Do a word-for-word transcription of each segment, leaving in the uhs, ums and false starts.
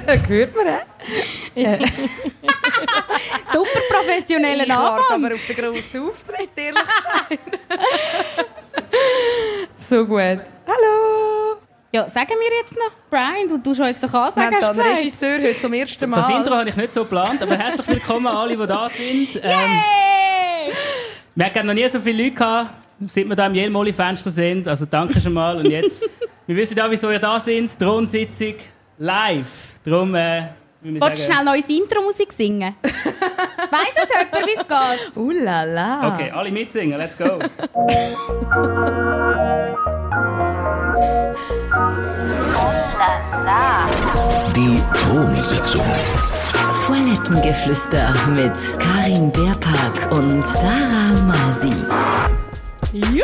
Hört man, hä? Super professioneller Ich warte Anfang. aber auf den grossen Auftritt, ehrlich gesagt. So gut. Hallo! Ja, sagen wir jetzt noch, Brian, du tust uns doch ansagen, Wir haben hast da du einen gesagt. Regisseur heute zum ersten Mal. Das Intro habe ich nicht so geplant, aber herzlich willkommen alle, die da sind. Ähm, Yay! wir hatten noch nie so viele Leute gehabt, seit wir da im Jelmoli-Fenster sind. Also danke schon mal. Und jetzt, wir wissen ja, wieso ihr da sind. Thronsitzung live. Darum, äh, wie wir Wolltest du sagen... schnell neues Intro-Musik singen? Weiss das jemand, wie es geht? Uh la la. Okay, alle mitsingen, let's go. Die Thronsitzung. Toilettengeflüster mit Karin Beerpark und Dara Masi. Juhu!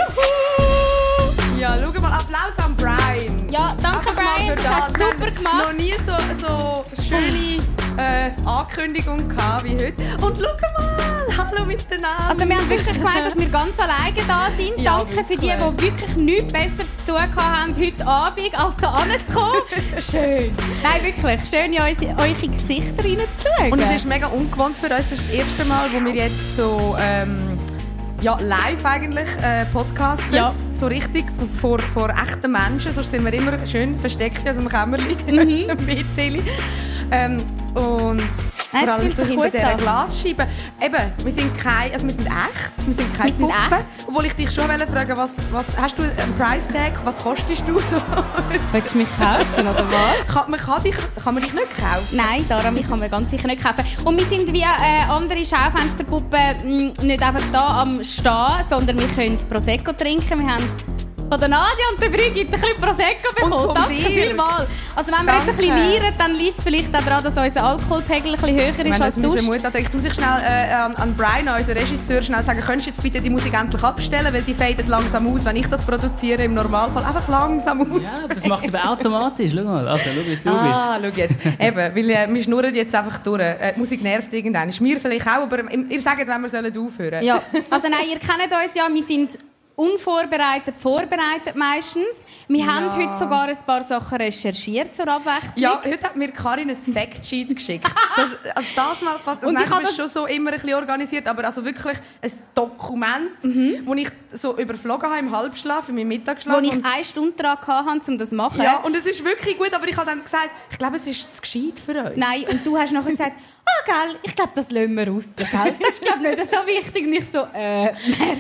Ja, schau mal, Applaus an Brian. Ja, danke Einfach mal Brian, für das hast du Wir super haben gemacht. noch nie so, so schöne äh, Ankündigung gehabt wie heute. Und schau mal, hallo miteinander. Also wir haben wirklich gemeint, dass wir ganz alleine da sind. Ja, Danke für die, wirklich. die wirklich nichts Besseres zu tun haben heute Abend, als da anzukommen. Schön. Nein, wirklich. Schön, in unsere, eure Gesichter reinzuschauen. Und es ist mega ungewohnt für uns. Das ist das erste Mal, wo wir jetzt so ähm, ja, live eigentlich äh, podcasten. Ja. So richtig vor, vor echten Menschen. Sonst sind wir immer schön versteckt in unserem Kämmerchen, Mhm. in unserem W C. Ähm, und Nein, vor es allem fühlt so sich hinter gut dieser an. Glasscheibe. Eben, wir sind kein, also wir sind echt, wir sind keine Wir sind Puppe. echt. Obwohl ich dich schon fragen, was, was hast du einen Price Tag? Was kostest du so? Willst du mich kaufen, oder was? kann, man kann, dich, kann man dich nicht kaufen? Nein, daran ich kann man ganz sicher nicht kaufen. Und wir sind wie äh, andere Schaufensterpuppen mh, nicht einfach da am Stehen, sondern wir können Prosecco trinken. Wir haben von der Nadia und der Brigitte ein bisschen Prosecco bekommen. von Danke dir. vielmals. Also wenn wir jetzt ein bisschen Danke. lieren, dann liegt es vielleicht auch daran, dass unser Alkoholpegel ein bisschen höher ist Wenn als das unsere sonst. Mutter denkt, muss ich schnell äh, an, an Brian, an unseren Regisseur, schnell sagen, könntest du jetzt bitte die Musik endlich abstellen, weil die fadet langsam aus, wenn ich das produziere im Normalfall. Einfach langsam aus. Ja, das macht es aber automatisch. Schau mal, also, schau, wie es du bist. Ah, schau jetzt. Eben, weil äh, wir schnurren jetzt einfach durch. Äh, die Musik nervt irgendwann. Ist mir vielleicht auch, aber ähm, ihr sagt, wenn wir sollen aufhören. Ja, also nein, ihr kennt uns ja, wir sind unvorbereitet, vorbereitet meistens. Wir Ja. haben heute sogar ein paar Sachen recherchiert zur Abwechslung. Ja, heute hat mir Karin ein Factsheet geschickt. Das, also das mal passt. Und Das ich nächste habe ist das- schon so immer ein bisschen organisiert, aber also wirklich ein Dokument, Mhm. das ich so überflogen habe im Halbschlaf, in meinem Mittagsschlaf. Wo ich Und- eine Stunde daran hatte, um das zu machen. Ja, und es ist wirklich gut, aber ich habe dann gesagt, ich glaube, es ist zu gescheit für uns. Nein, und du hast nachher gesagt, ah, gell, ich glaube, das lassen wir raus. Gell? Das ist, glaube ich, nicht so wichtig. Und ich so, äh,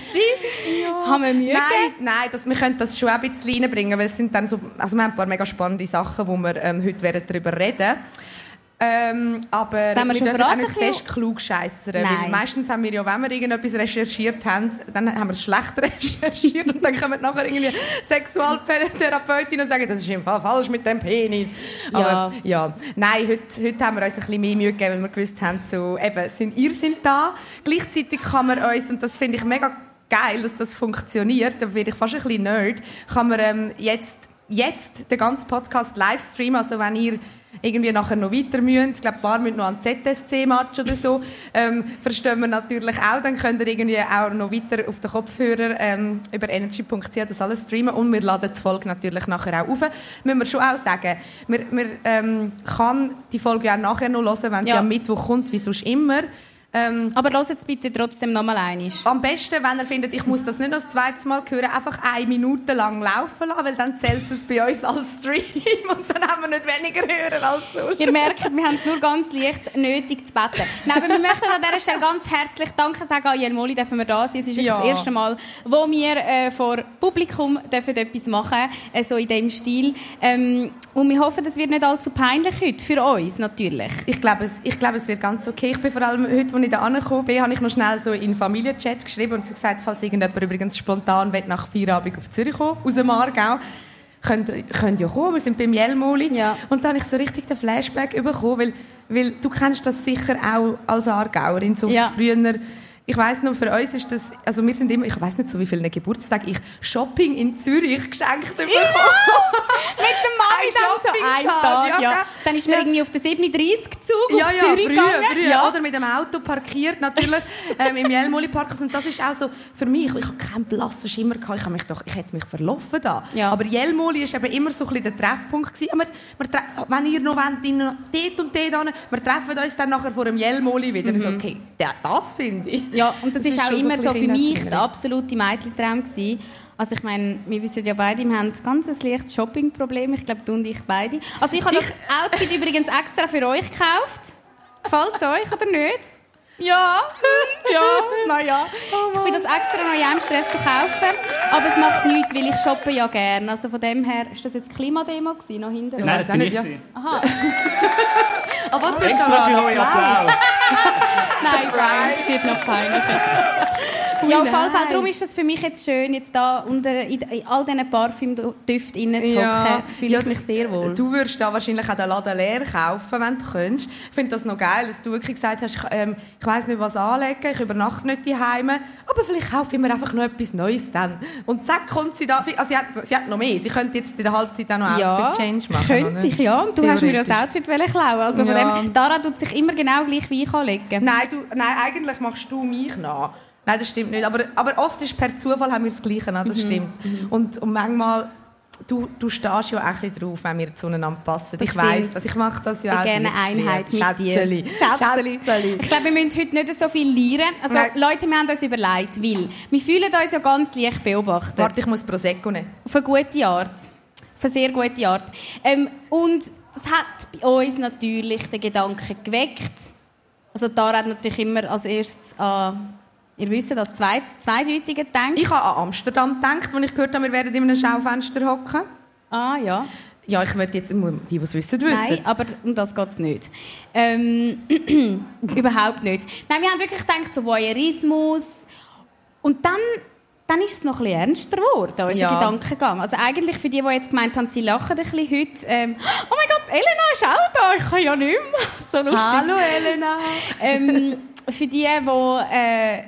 merci. Haben wir Mühe Nein, gegeben? nein, das, wir können das schon auch ein bisschen reinbringen, weil es sind dann so, also wir haben ein paar mega spannende Sachen, wo wir ähm, heute werden darüber reden. Ähm, aber Haben wir wir schon dürfen auch verraten, nicht zu wie- fest klugscheissern, weil Nein. meistens haben wir ja, wenn wir irgendetwas recherchiert haben, dann haben wir es schlecht recherchiert und dann kommen nachher irgendwie Sexualtherapeutinnen und sagen, das ist im Fall falsch mit dem Penis. Aber Ja. ja, nein, heute, heute haben wir uns ein bisschen mehr Mühe gegeben, weil wir gewusst haben, so, eben, sind, ihr sind da, gleichzeitig kann man uns, und das finde ich mega geil, dass das funktioniert, da werde ich fast ein bisschen nerd, kann man ähm, jetzt, jetzt den ganzen Podcast livestreamen, also wenn ihr irgendwie nachher noch weiter müsst, ich glaube, ein paar müssen noch an den Z S C-Match oder so, ähm, verstehen wir natürlich auch, dann könnt ihr irgendwie auch noch weiter auf den Kopfhörer ähm, über energy punkt c h das alles streamen und wir laden die Folge natürlich nachher auch auf. Müssen wir schon auch sagen, man, man ähm, kann die Folge ja auch nachher noch hören, wenn sie Ja. am Mittwoch kommt, wie sonst immer. Ähm, Aber hört es bitte trotzdem noch mal einmal. am besten, wenn ihr findet, ich muss das nicht noch das zweite Mal hören, einfach eine Minute lang laufen lassen, weil dann zählt es bei uns als Stream und dann haben wir nicht weniger hören als sonst. Ihr merkt, wir haben es nur ganz leicht nötig zu betten. Nein, aber wir möchten an dieser Stelle ganz herzlich Danke sagen an Jelmoli, dürfen wir da sein. Es ist wirklich Ja. das erste Mal, wo wir äh, vor Publikum dürfen etwas machen, äh, so in diesem Stil. Ähm, und wir hoffen, es wird nicht allzu peinlich heute, für uns natürlich. Ich glaube, es, ich glaube, es wird ganz okay. Ich bin vor allem heute, als ich da angekommen bin, habe ich noch schnell so in den Familienchat geschrieben und sie gesagt, falls irgendjemand übrigens spontan will, nach Feierabend auf Zürich kommen, aus dem Aargau, könnt, könnt ja kommen, wir sind beim Jelmoli. Ja. Und dann habe ich so richtig den Flashback bekommen, weil, weil du kennst das sicher auch als Aargauerin, so Ja. früher ich weiss noch, für uns ist das, also wir sind immer, ich weiss nicht, so wie viele Geburtstage ich Shopping in Zürich geschenkt bekommen. Ja, mit dem Mami dann so einen Tag, ja. ja. Dann ist man ja. irgendwie auf den siebenunddreißig-Zug ja, auf ja, Zürich früher, gegangen. früher. Ja. Oder mit dem Auto parkiert, natürlich, ähm, im Jelmoli-Park. Und das ist auch so, für mich, ich habe keinen blassen Schimmer gehabt, ich, habe mich doch, ich hätte mich verlaufen da. Ja. Aber Jelmoli war eben immer so ein bisschen der Treffpunkt gewesen. Wir, wir tre- wenn ihr noch wollt, in dort und dort hin, wir treffen uns dann nachher vor dem Jelmoli wieder. Mhm. So, okay, das finde ich. Ja, und das, das ist auch immer so, so für mich der Erinnerung. absolute Mädchentraum gewesen. Also ich meine, wir wissen ja beide, wir haben ein ganz leichtes Shoppingproblem. Ich glaube, du und ich beide. Also ich habe das Outfit übrigens extra für euch gekauft. Gefällt es euch oder nicht? Ja, ja, naja. Ich bin das extra noch in einem Stress kaufen, aber es macht nichts, weil ich shoppe ja gerne. Also von dem her, ist das jetzt Klimademo gewesen, noch hinten? Nein, das bin ich. Ja. Aha. Aber was bist du Extra für euch Applaus. Nein, Brian, es wird noch peinlicher. Ja, auf jeden Fall. Darum ist es für mich jetzt schön, jetzt da unter, in, in all diesen Parfümdüften reinzuhocken. Ja. Fühle ich mich sehr wohl. Du würdest da wahrscheinlich auch den Laden leer kaufen, wenn du könntest. Ich finde das noch geil, dass du wirklich gesagt hast, ich, ähm, ich weiss nicht, was anlegen, ich übernachte nicht daheim, aber vielleicht kaufe ich mir einfach noch etwas Neues dann. Und zack, kommt sie da. Also sie, hat, sie hat noch mehr. Sie könnte jetzt in der Halbzeit auch noch ja, Outfit-Change machen. Könnte ich, ja. Und du hast mir das Outfit klauen. Also von ja. dem, Dara tut sich immer genau gleich wie ich anlegen. Nein, du, nein, eigentlich machst du mich nach. Nein, das stimmt nicht. Aber, aber oft ist per Zufall haben wir das Gleiche an, das mhm. stimmt. Mhm. Und, und manchmal, du, du stehst ja auch ein bisschen drauf, wenn wir zueinander passen. Das ich weiss das, ich mache das ja auch. Ich gerne Einheit mit Schätzeli. dir. Schätzeli. Schätzeli. Ich glaube, wir müssen heute nicht so viel lernen. Also nein. Leute, wir haben uns überlegt, weil wir fühlen uns ja ganz leicht beobachtet. Warte, ich muss Prosecco nehmen. Auf eine gute Art. Auf eine sehr gute Art. Ähm, und das hat bei uns natürlich den Gedanken geweckt. Also Tara hat natürlich immer als erstes an... Ihr wisst, das zwei, Zweideutige gedacht. Ich habe an Amsterdam gedacht, als ich gehört habe, wir werden in einem Schaufenster hocken. Ah, ja. Ja, ich würde jetzt, die, die es wissen, wissen. Nein, aber um das geht es nicht. Ähm, überhaupt nicht. Nein, wir haben wirklich gedacht, so Voyeurismus. Und dann, dann ist es noch ein bisschen ernster geworden, unser ja. Gedankengang. Also eigentlich für die, die jetzt gemeint haben, sie lachen ein bisschen heute. Ähm, oh mein Gott, Elena ist auch da, ich kann ja nicht mehr. So lustig. Hallo Elena. ähm, für die, die... Äh,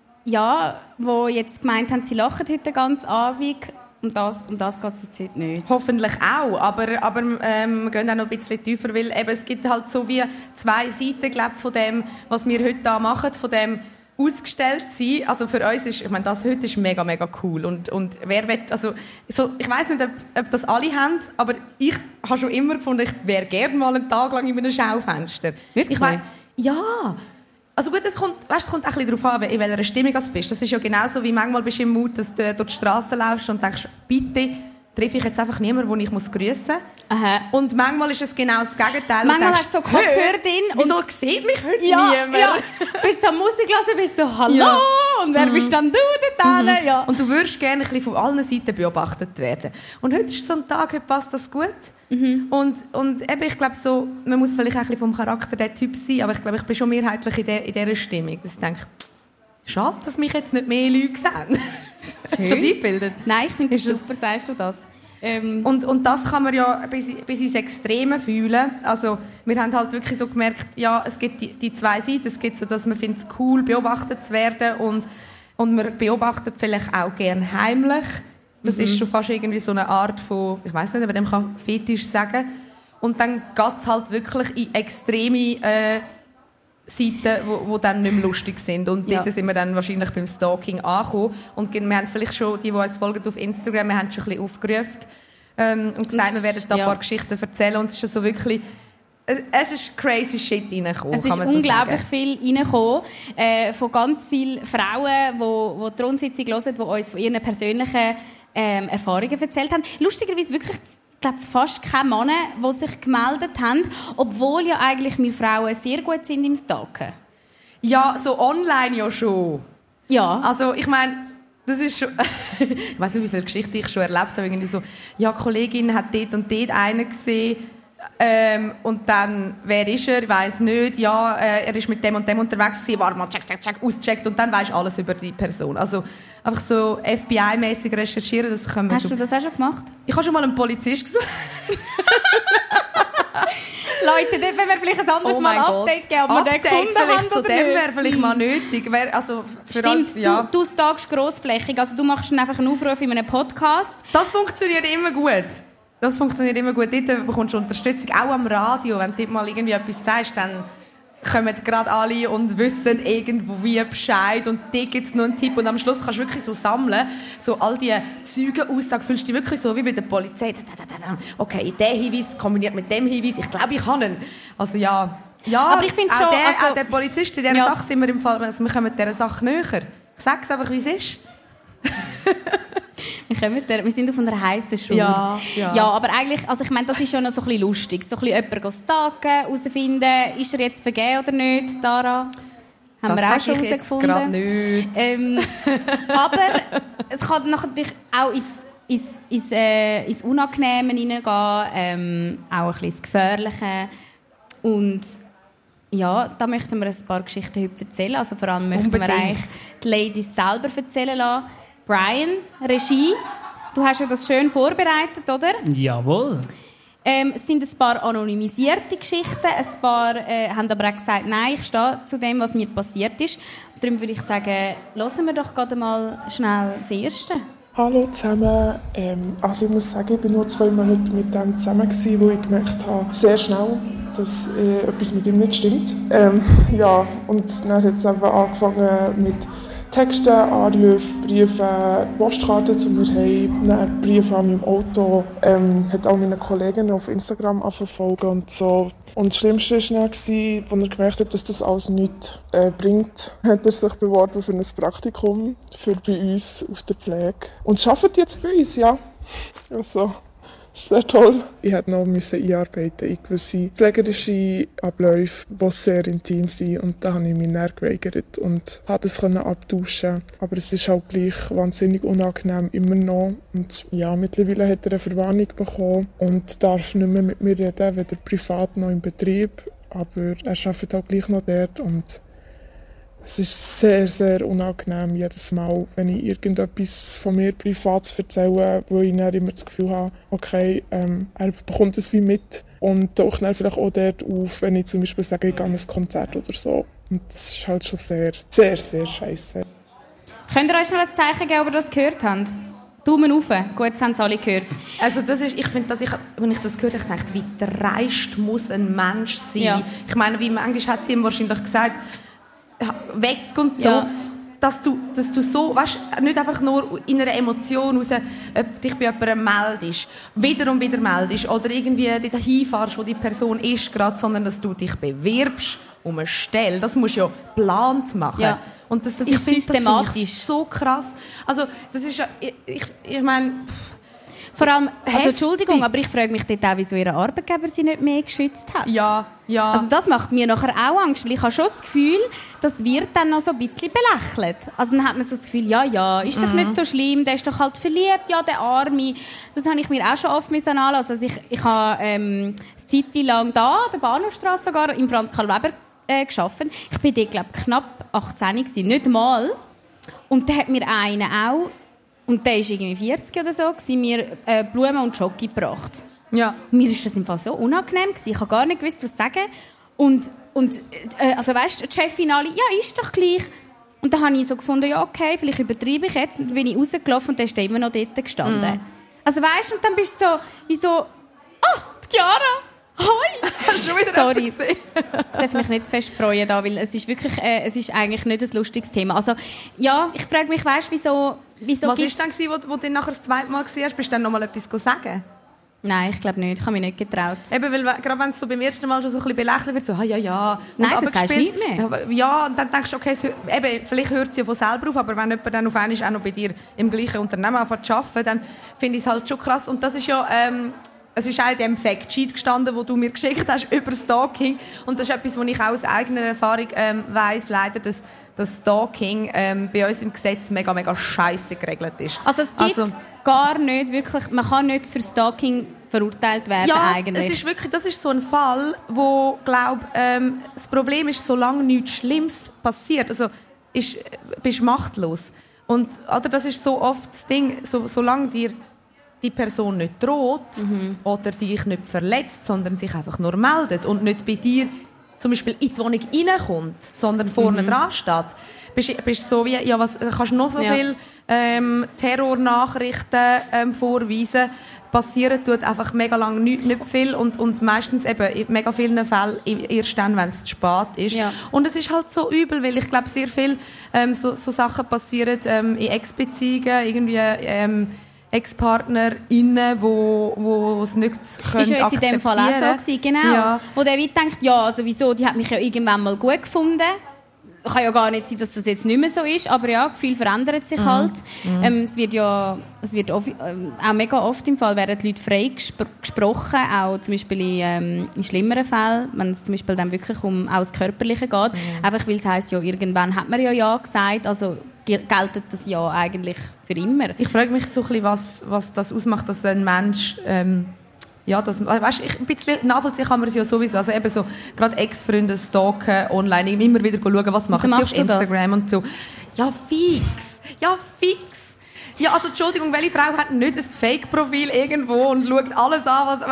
Ja, die jetzt gemeint haben, sie lachen heute den ganzen Abend. Um das, um das geht es jetzt heute nicht. Hoffentlich auch, aber, aber ähm, wir gehen auch noch ein bisschen tiefer, weil eben, es gibt halt so wie zwei Seiten, glaub, von dem, was wir heute da machen, von dem ausgestellt sein. Also für uns ist, ich meine, das heute ist mega, mega cool. Und, und wer will, also, so, ich weiss nicht, ob, ob das alle haben, aber ich habe schon immer gefunden, ich wäre gerne mal einen Tag lang in einem Schaufenster. Wirklich? Ich weiss, ja. Also gut, es kommt, weißt, es kommt auch ein bisschen darauf an, in welcher Stimmung du bist. Das ist ja genauso, wie manchmal bist du im Mut, dass du durch die Straße laufst und denkst, bitte treffe ich jetzt einfach niemanden, den ich grüssen muss. Aha. Und manchmal ist es genau das Gegenteil. Manchmal denkst, hast du so Kopfhörer drin. Wieso sieht mich heute ja, niemand? Ja. Bist du so Musik hören, bist du so «Hallo!» ja. Und wer mhm. bist dann du dort? Mhm. Ja. Und du würdest gerne ein bisschen von allen Seiten beobachtet werden. Und heute ist so ein Tag, heute passt das gut. Mhm. Und, und eben, ich glaube, so, man muss vielleicht auch ein bisschen vom Charakter der Typ sein, aber ich glaube, ich bin schon mehrheitlich in, der, in dieser Stimmung, dass ich denke, schade, dass mich jetzt nicht mehr Leute sehen. Hast du das eingebildet? Nein, ich finde das super, sagst du das. Ähm. Und, und das kann man ja bis, bis ins Extreme fühlen. Also, wir haben halt wirklich so gemerkt, ja, es gibt die, die zwei Seiten. Es gibt so, dass man findet es cool, beobachtet zu werden und, und man beobachtet vielleicht auch gerne heimlich. Das mhm. ist schon fast irgendwie so eine Art von, ich weiß nicht, ob man dem kann Fetisch sagen. Und dann geht es halt wirklich in extreme äh, Seiten, wo, wo dann nicht mehr lustig sind. Und ja. dort sind wir dann wahrscheinlich beim Stalking angekommen. Und wir haben vielleicht schon, die, die uns folgen auf Instagram, wir haben schon ein bisschen aufgerufen ähm, und gesagt, und, wir werden da ja. ein paar Geschichten erzählen. Und es ist so wirklich... Es ist crazy shit reingekommen. Es ist kann man unglaublich so viel reingekommen. Äh, von ganz vielen Frauen, die, die die Rundsitzung hören, die uns von ihren persönlichen ähm, Erfahrungen erzählt haben. Lustigerweise wirklich, ich glaube, fast keine Männer, die sich gemeldet haben, obwohl ja eigentlich wir Frauen sehr gut sind im Stalken. Ja, so online ja schon. Ja. Also ich meine, das ist schon... ich weiß nicht, wie viele Geschichten ich schon erlebt habe. Irgendwie so, ja, die Kollegin hat dort und dort einen gesehen. Ähm, und dann, wer ist er? Ich weiss nicht. Ja, äh, er ist mit dem und dem unterwegs gewesen. Warte mal, check, check, check, ausgecheckt. Und dann weisst du alles über die Person. Also einfach so F B I-mäßig recherchieren. Das können wir Hast so. du das auch schon gemacht? Ich habe schon mal einen Polizist gesucht. Leute, dort wenn wir vielleicht ein anderes Oh Mal mein Update geben, ob wir den Update gefunden vielleicht haben zu oder dem nicht. wäre vielleicht mal nötig. Wär, also für Stimmt, all, ja. du, du stagst grossflächig. Also du machst dann einfach einen Aufruf in einem Podcast. Das funktioniert immer gut. Das funktioniert immer gut. Dort bekommst du Unterstützung, auch am Radio. Wenn du dort mal irgendwie etwas sagst, dann kommen gerade alle und wissen irgendwo wie Bescheid und dir gibt es noch einen Tipp und am Schluss kannst du wirklich so sammeln, so all die Zeugenaussagen, fühlst du dich wirklich so wie bei der Polizei. Okay, der Hinweis kombiniert mit dem Hinweis, ich glaube, ich kann ihn. Also ja, ja aber ich finde auch schon, der, also, auch der Polizist, in dieser ja. Sache sind wir im Fall, also wir kommen dieser Sache näher. Ich sage es einfach, wie es ist. Wir sind auf einer heißen Schule. Ja, ja. ja, aber eigentlich, also ich meine, das ist schon noch so ein bisschen lustig. So ein bisschen jemanden stalken, herausfinden, ist er jetzt vergeben oder nicht, Dara? Haben das wir auch schon ich jetzt herausgefunden. gerade nicht. Ähm, aber es kann natürlich auch ins, ins, ins, äh, ins Unangenehme hineingehen, ähm, auch ein bisschen ins Gefährliche. Und ja, da möchten wir ein paar Geschichten heute erzählen. Also vor allem möchten Unbedingt. wir eigentlich die Ladies selber erzählen lassen. Brian, Regie, du hast ja das schön vorbereitet, oder? Jawohl. Ähm, es sind ein paar anonymisierte Geschichten, ein paar äh, haben aber auch gesagt, nein, ich stehe zu dem, was mir passiert ist. Darum würde ich sagen, hören wir doch gerade mal schnell das Erste. Hallo zusammen. Ähm, also ich muss sagen, ich war nur zwei Monate mit dem zusammen, gewesen, wo ich gemerkt habe, sehr schnell, dass äh, etwas mit ihm nicht stimmt. Ähm, ja, und dann hat es eben angefangen mit Texte, Anrufe, Briefe, Postkarten zu mir heim, dann Briefe an meinem Auto, ähm, hat auch meine Kolleginnen auf Instagram anverfolgt und so. Und das Schlimmste war dann, als er gemerkt hat, dass das alles nichts äh, bringt, hat er sich beworben für ein Praktikum für bei uns auf der Pflege. Und arbeitet jetzt bei uns, ja. Also, das ist sehr toll. Ich musste noch einarbeiten in gewisse pflegerische Abläufe, die sehr intim sind. Und da habe ich mich dann geweigert und konnte es abtauschen. Aber es ist halt gleich wahnsinnig unangenehm, immer noch. Und ja, mittlerweile hat er eine Verwarnung bekommen und darf nicht mehr mit mir reden, weder privat noch im Betrieb. Aber er arbeitet auch gleich noch dort. Und es ist sehr, sehr unangenehm jedes Mal, wenn ich irgendetwas von mir privat erzähle, wo ich dann immer das Gefühl habe, okay, ähm, er bekommt es wie mit und taucht dann vielleicht auch dort auf, wenn ich zum Beispiel sage, ich gehe an ein Konzert oder so. Und das ist halt schon sehr, sehr, sehr scheisse. Könnt ihr euch noch ein Zeichen geben, ob ihr das gehört habt? Daumen rauf. Gut, das haben es alle gehört. Also das ist, ich finde, dass ich, wenn ich das gehört habe, ich dachte, wie dreist muss ein Mensch sein? Ja. Ich meine, wie manchmal hat sie ihm wahrscheinlich gesagt, weg und so. Ja. Dass du, dass du so, weißt, nicht einfach nur in einer Emotion raus, ob dich bei jemandem meldest, wieder und wieder meldest oder irgendwie dort hinfährst, wo die Person ist, grad, sondern dass du dich bewirbst um eine Stelle. Das musst du ja geplant machen. Ja. Und das, das ist ich find, systematisch. Das finde ich so krass. Also, das ist ja, ich, ich, ich meine... Vor allem, also Heftig. Entschuldigung, aber ich frage mich dort auch, wieso ihr Arbeitgeber sie nicht mehr geschützt hat. Ja, ja. Also das macht mir nachher auch Angst, weil ich habe schon das Gefühl, das wird dann noch so ein bisschen belächelt. Also dann hat man so das Gefühl, ja, ja, ist doch nicht so schlimm, der ist doch halt verliebt, ja, der Arme. Das habe ich mir auch schon oft müssen anlassen. Also ich, ich habe ähm, eine Zeit lang da, an der Bahnhofstrasse sogar, im Franz-Karl-Weber äh, gearbeitet. Ich war dort, glaube ich, knapp achtzehn gewesen, nicht mal. Und da hat mir einer auch, und der war irgendwie vierzig oder so, gewesen, mir äh, Blumen und Schoki gebracht. ja. Mir war das im Fall so unangenehm gewesen. Ich habe gar nicht gewusst, was sagen. Und, und äh, also weißt, die Chefin alle, ja, ist doch gleich. Und dann habe ich so gefunden, ja, okay, vielleicht übertreibe ich jetzt. Und dann bin ich rausgelaufen und dann ist der immer noch dort gestanden. Mm. Also weißt, und dann bist du so, wie so, ah, die Chiara, hoi. Hast du schon wieder Sorry, jemanden gesehen? ich darf mich nicht zu fest freuen, da, weil es ist wirklich, äh, es ist eigentlich nicht ein lustiges Thema. Also ja, ich frage mich, weißt, wieso, wieso Was war gibt's... dann, wo, wo du nachher das zweite Mal warst? Bist du dann noch mal etwas sagen? Nein, ich glaube nicht. Ich habe mich nicht getraut. Eben, weil gerade wenn es so beim ersten Mal schon so ein bisschen belächelt wird, so, ah, ja, ja. Und Nein, das abgespielt. sagst du nicht mehr. Ja, und dann denkst du, okay, es, eben, vielleicht hört es ja von selber auf, aber wenn jemand dann auf einmal auch noch bei dir im gleichen Unternehmen anfängt zu arbeiten, dann finde ich es halt schon krass. Und das ist ja... Ähm, es ist auch in dem Factsheet gestanden, den du mir geschickt hast, über Stalking. Und das ist etwas, was ich auch aus eigener Erfahrung ähm, weiss, leider, dass das Stalking ähm, bei uns im Gesetz mega, mega scheisse geregelt ist. Also es gibt Also, gar nicht wirklich, man kann nicht für Stalking verurteilt werden ja, eigentlich. es ist wirklich, das ist so ein Fall, wo, glaub, ähm, das Problem ist, solange nichts Schlimmes passiert, also ist, bist du machtlos. Und oder, das ist so oft das Ding, so, solange dir die Person nicht droht mhm. oder dich nicht verletzt, sondern sich einfach nur meldet und nicht bei dir zum Beispiel in die Wohnung reinkommt, sondern vorne mhm. dran steht. Bist, bist so wie, ja, was, kannst du noch so ja. viel ähm, Terrornachrichten ähm, vorweisen? Passieren tut einfach mega lang nicht, nicht viel und, und meistens eben in mega vielen Fällen erst dann, wenn es zu spät ist. Ja. Und es ist halt so übel, weil ich glaube, sehr viel ähm, so, so Sachen passieren ähm, in Ex-Beziehungen, irgendwie ähm, Ex-PartnerInnen, wo, wo es nicht können ist ja jetzt in dem Fall auch so gewesen, genau. Ja. Wo der wie denkt, ja, sowieso, die hat mich ja irgendwann mal gut gefunden. Kann ja gar nicht sein, dass das jetzt nicht mehr so ist, aber ja, viel verändert sich mhm. halt. Mhm. Ähm, es wird ja, es wird oft, ähm, auch mega oft im Fall werden die Leute frei gespr- gesprochen, auch zum Beispiel in, ähm, in schlimmeren Fällen, wenn es zum Beispiel dann wirklich um auch das Körperliche geht. Mhm. Einfach weil es heisst, ja, irgendwann hat man ja Ja gesagt, also gilt das Ja eigentlich für immer. Ich frage mich so ein bisschen, was, was das ausmacht, dass ein Mensch... Ähm Ja, das, weißt, ich, ein bisschen nachvollziehen kann man es ja sowieso. Also eben so, gerade Ex-Freunde stalken online, immer wieder schauen, was machen sie auf Instagram das? Und so. Ja, fix. Ja, fix. Ja, also Entschuldigung, welche Frau hat nicht ein Fake-Profil irgendwo und schaut alles an, was...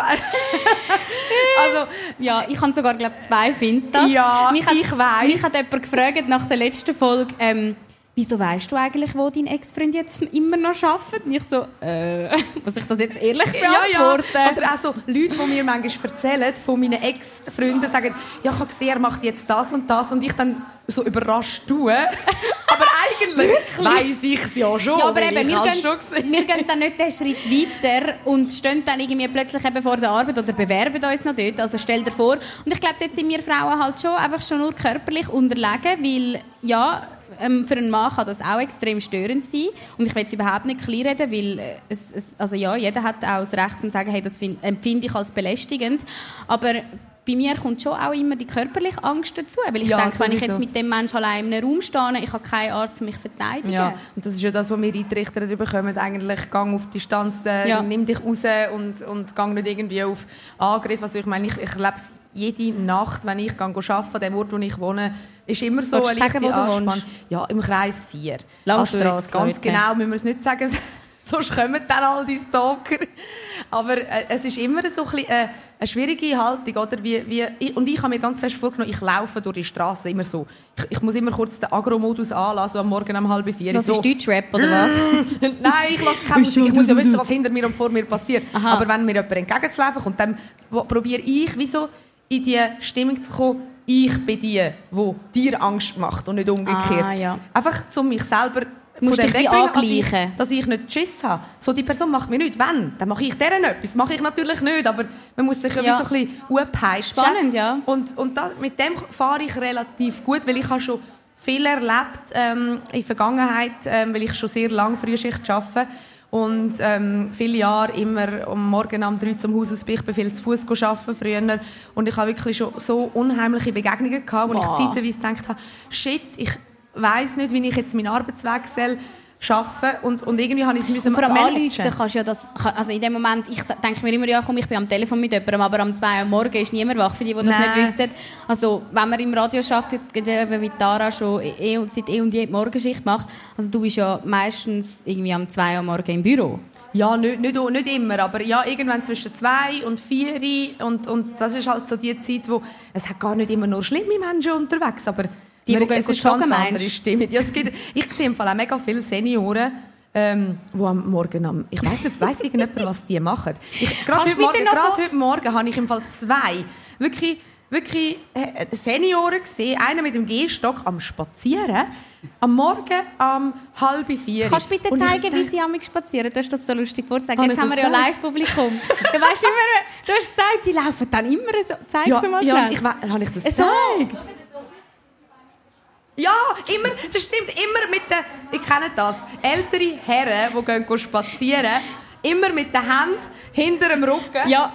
also, ja, ich habe sogar, glaube ich, zwei Finstas. Ja, mich hat, ich weiss. Mich hat jemand gefragt nach der letzten Folge, ähm, wieso weisst du eigentlich, wo dein Ex-Freund jetzt immer noch arbeitet? Und ich so, äh, muss ich das jetzt ehrlich beantworten? Ja, ja. Oder auch so Leute, die mir manchmal erzählen, von meinen Ex-Freunden, sagen, ja, ich habe gesehen, er macht jetzt das und das. Und ich dann so überrascht tue. Aber eigentlich weiss ich es ja schon. Ja, aber eben, wir gehen, wir gehen dann nicht den Schritt weiter und stehen dann irgendwie plötzlich eben vor der Arbeit oder bewerben uns noch dort. Also stell dir vor. Und ich glaube, dort sind wir Frauen halt schon einfach schon nur körperlich unterlegen, weil, ja... Ähm, für einen Mann kann das auch extrem störend sein. Und ich will es überhaupt nicht kleinreden, weil es, es, also ja, jeder hat auch das Recht, zu sagen, hey, das find, empfinde ich als belästigend. Aber bei mir kommt schon auch immer die körperliche Angst dazu. Weil ich ja, denke, sowieso. Wenn ich jetzt mit dem Menschen allein in einem Raum stehe, ich habe keine Art, um mich zu verteidigen. Ja, und das ist ja das, was wir eintrichtern bekommen. Eigentlich, gang auf Distanz, äh, ja. nimm dich raus und, und gang nicht irgendwie auf Angriff. Also ich meine, ich, ich erlebe es jede Nacht, wenn ich arbeite, an dem Ort, wo ich wohne, ist immer so eine leichte Anspannung. Ja, im Kreis vier. Langstrasse. Also jetzt ganz genau müssen wir es nicht sagen, sonst kommen dann all die Stalker. Aber äh, es ist immer so ein bisschen, äh, eine schwierige Haltung, oder? Wie, wie, und ich habe mir ganz fest vorgenommen, ich laufe durch die Straße immer so. Ich, ich muss immer kurz den Agro-Modus anlassen, so am Morgen um halb vier. Was so. ist Deutschrap oder was? Nein, ich lasse keine Musik. Ich muss ja wissen, was hinter mir und vor mir passiert. Aha. Aber wenn mir jemand entgegenzulaufen kommt, dann probiere ich, wie so in die Stimmung zu kommen, ich bin die, die dir Angst macht und nicht umgekehrt. Ah, ja. Einfach, um mich selber von dem wegbringen, dass ich, dass ich nicht Schiss habe. So, die Person macht mir nichts. Wenn, dann mache ich deren etwas. Mache ich natürlich nicht, aber man muss sich ja, ja. so ein bisschen aufpeitschen. Spannend, ja. Und, und das, mit dem fahre ich relativ gut, weil ich habe schon viel erlebt ähm, in der Vergangenheit, ähm, weil ich schon sehr lange Frühschicht arbeite. Und ähm, viele Jahre immer um morgen um drei zum Haus aus bin. Ich bin viel zu Fuß arbeiten früher. Und ich habe wirklich schon so unheimliche Begegnungen gehabt, wo wow. ich zeitweise gedacht habe, shit, ich weiss nicht, wie ich jetzt meinen Arbeitsweg soll schaffen und, und irgendwie habe ich es müssen vor allem anrufen kannst ja das, also in dem Moment, ich denke mir immer, ja komm, ich bin am Telefon mit jemandem, aber am zwei Uhr morgen ist niemand wach, für die, die das Nein. nicht wissen. Also wenn man im Radio arbeitet, wie Tara schon eh, seit eh und je die Morgenschicht macht, also du bist ja meistens irgendwie am zwei Uhr morgen im Büro. Ja, nicht, nicht, nicht immer, aber ja, irgendwann zwischen zwei und vier und, und das ist halt so die Zeit, wo es hat gar nicht immer nur schlimme Menschen unterwegs, aber die, die es ist ganz andere Stimme. Ja, es gibt, ich sehe im Fall auch mega viele Senioren, ähm, die am Morgen am, ich weiss nicht, weiss irgendjemand, was die machen. Gerade heute, Morgen, heute Morgen habe ich im Fall zwei wirklich, wirklich äh, Senioren gesehen, einer mit dem Gehstock am Spazieren, am Morgen um halb vier. Kannst du bitte zeigen, wie sie am spazieren? Du hast das so lustig vorgezeigt. Jetzt haben wir ja Live-Publikum. Du weißt immer, du hast gesagt, die laufen dann immer so. Zeig ja, sie mal ja, schnell. Ich, habe ich das so. gezeigt? Ja, immer, das stimmt, immer mit den, ich kenne das, ältere Herren, die gehen spazieren, immer mit den Händen hinter dem Rücken. Ja.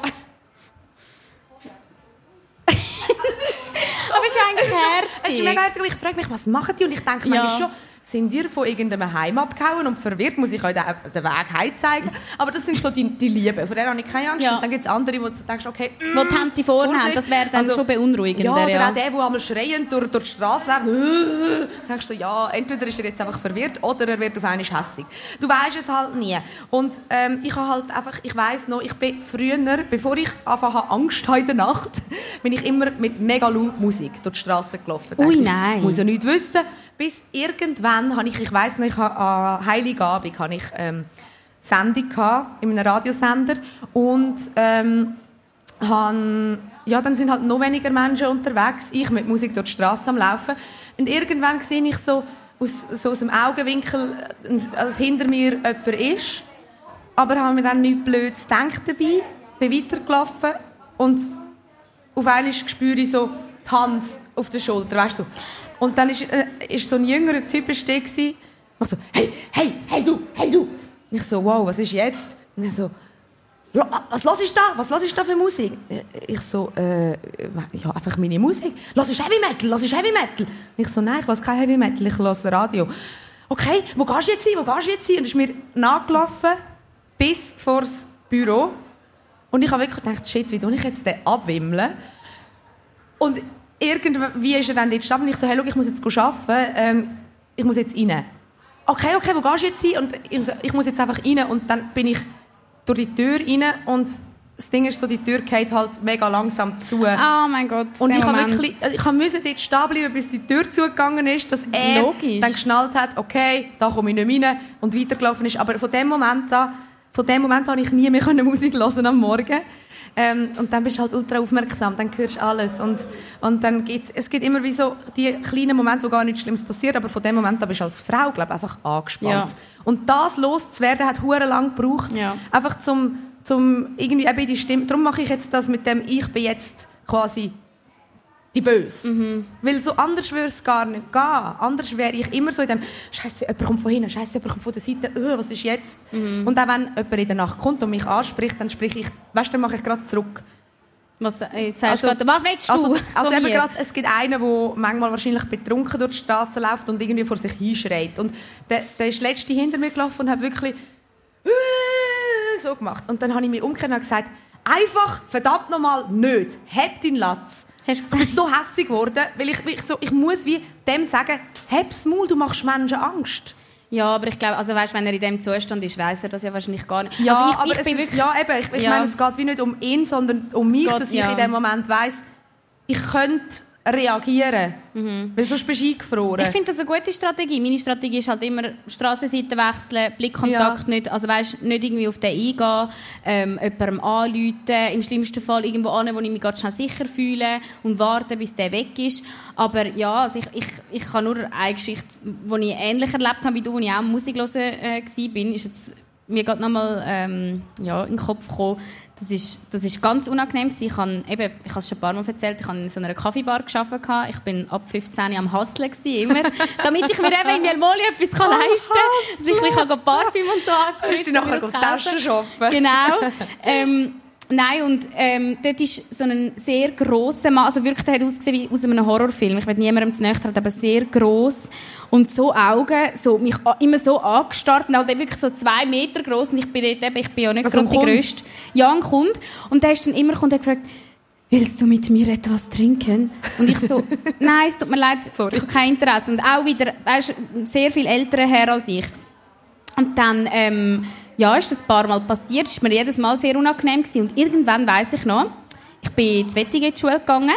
Aber es ist eigentlich herzig. Es ist mega herzig, ich frage mich, was machen die? Und ich denke ja. manchmal schon, sind ihr von irgendeinem Heim abgehauen und verwirrt, muss ich euch den, den Weg heim zeigen. Aber das sind so die, die Lieben, von denen habe ich keine Angst. Ja. Und dann gibt es andere, wo du denkst, okay, mm, wo die Hände vorne haben, das wäre dann also, schon beunruhigender. Ja, oder ja. auch der, der einmal schreiend durch, durch die Straße läuft. Dann denkst du so, ja, entweder ist er jetzt einfach verwirrt oder er wird auf einmal hässig. Du weisst es halt nie. Und ähm, ich habe halt einfach, ich weiss noch, ich bin früher, bevor ich einfach Angst hatte in der Nacht, bin ich immer mit mega laut Musik durch die Straße gelaufen. Ui, ich, nein. Ich muss ja nichts wissen. Bis irgendwann habe ich, ich weiss noch, ich habe an Heiligabend habe ich ähm, Sendung gehabt, in einem Radiosender und ähm, han, ja, dann sind halt noch weniger Menschen unterwegs, ich mit Musik durch die Straße am Laufen und irgendwann sehe ich so aus, so aus dem Augenwinkel, dass hinter mir jemand ist, aber habe mir dann nichts Blödes gedacht dabei, bin weitergelaufen und auf einmal spüre ich so die Hand auf der Schulter, weißt du, so. Und dann ist, äh, ist so ein jüngerer Typ stehen gsi. Ich so, hey, hey, hey du, hey du. Und ich so, wow, was ist jetzt? Und er so, was los ist da? Was los ist da für Musik? Ich so, äh, ja, einfach meine Musik. Los ist Heavy Metal, los ist Heavy Metal. Und ich so, nein, ich lasse kein Heavy Metal, ich lasse Radio. Okay, wo gehst du jetzt hin? Wo gehst du jetzt hin? Und ist mir nachgelaufen bis vor das Büro. Und ich habe wirklich gedacht, shit, wie tue ich jetzt den abwimmeln? Und irgendwie ist er dann dort stehen und ich so, hey, schau, ich muss jetzt arbeiten, ähm, ich muss jetzt rein. Okay, okay, wo gehst du jetzt hin? Und ich so, ich muss jetzt einfach rein. Und dann bin ich durch die Tür rein und das Ding ist so, die Tür geht halt mega langsam zu. Oh mein Gott, und ich Moment. habe wirklich, ich musste dort stehen bleiben, bis die Tür zugegangen ist, dass er Logisch. dann geschnallt hat, okay, da komme ich nicht rein und weitergelaufen ist. Aber von dem Moment an, von dem Moment an, habe ich nie mehr Musik hören am Morgen. Ähm, und dann bist du halt ultra aufmerksam, dann hörst du alles. Und, und dann gibt's, es gibt immer wie so die kleinen Momente, wo gar nichts Schlimmes passiert, aber von dem Moment an bist du als Frau, glaube ich, einfach angespannt. Ja. Und das loszuwerden, hat hure lang gebraucht. Ja. Einfach zum, zum irgendwie eben die Stimme. Darum mache ich jetzt das mit dem, ich bin jetzt quasi die Böse. Mhm. Weil so anders würde es gar nicht gehen. Anders wäre ich immer so in dem, Scheiße, jemand kommt von hinten, Scheiße, jemand kommt von der Seite, uh, was ist jetzt? Mhm. Und auch wenn jemand in der Nacht kommt und mich anspricht, dann spreche ich, weißt du, dann mache ich gerade zurück. Was, jetzt sagst also, du grad, was willst du? Also, also eben grad, es gibt einen, der manchmal wahrscheinlich betrunken durch die Straße läuft und irgendwie vor sich hinschreit. Und der, der ist letzte hinter mir gelaufen und hat wirklich so gemacht. Und dann habe ich mich umgekehrt und gesagt, einfach, verdammt nochmal, nicht, heb deinen Latz. Hast du gesagt? Ich bin so hässig geworden, weil ich, ich, so, ich muss wie dem sagen, heb's Maul, du machst Menschen Angst. Ja, aber ich glaube, also weißt, wenn er in diesem Zustand ist, weiss er das ja wahrscheinlich gar nicht. Ja, also ich, aber ich es bin ist, wirklich, ja, eben, ich, ich ja. meine, es geht wie nicht um ihn, sondern um mich, geht, dass ich ja. in dem Moment weiss, ich könnte reagieren, mhm. weil sonst bist du eingefroren. Ich finde das eine gute Strategie. Meine Strategie ist halt immer Strassenseite wechseln, Blickkontakt ja. nicht, also weißt, nicht irgendwie auf den eingehen, ähm, jemandem anrufen, im schlimmsten Fall irgendwo an, wo ich mich ganz schnell sicher fühle und warten, bis der weg ist. Aber ja, also ich, ich, ich kann nur eine Geschichte, die ich ähnlich erlebt habe wie du, als ich auch Musik hören äh, war, ist jetzt mir gerade nochmal ähm, ja, in den Kopf gekommen. Das ist, das ist ganz unangenehm. Ich habe eben, ich habe es schon ein paar Mal erzählt, ich habe in so einer Kaffeebar gearbeitet. Ich bin ab fünfzehn am Hustlen immer, damit ich mir eben in Jelmoli etwas kann leisten kann. Dass ich ein bisschen Parfüm und so anspritzen. Hast du nachher auf Taschen shoppen? Genau. Ähm, Nein, und ähm, dort ist so ein sehr grosser Mann, also wirklich, der hat ausgesehen wie aus einem Horrorfilm. Ich will niemandem zu nahe treten, aber sehr gross. Und so Augen, so, mich immer so angestarrt, und halt wirklich so zwei Meter gross. Und ich bin dort eben, ich bin ja nicht also gerade die Grösste. Ja, ein Kunde. Und der ist dann immer gekommen und hat gefragt, willst du mit mir etwas trinken? Und ich so, nein, es tut mir leid, Sorry. Ich habe kein Interesse. Und auch wieder, er ist ein sehr viel älterer Herr als ich. Und dann, ähm, ja, ist das ein paar Mal passiert, ist mir jedes Mal sehr unangenehm gewesen. Und irgendwann weiss ich noch, ich bin zu Wettigen in die Schule gegangen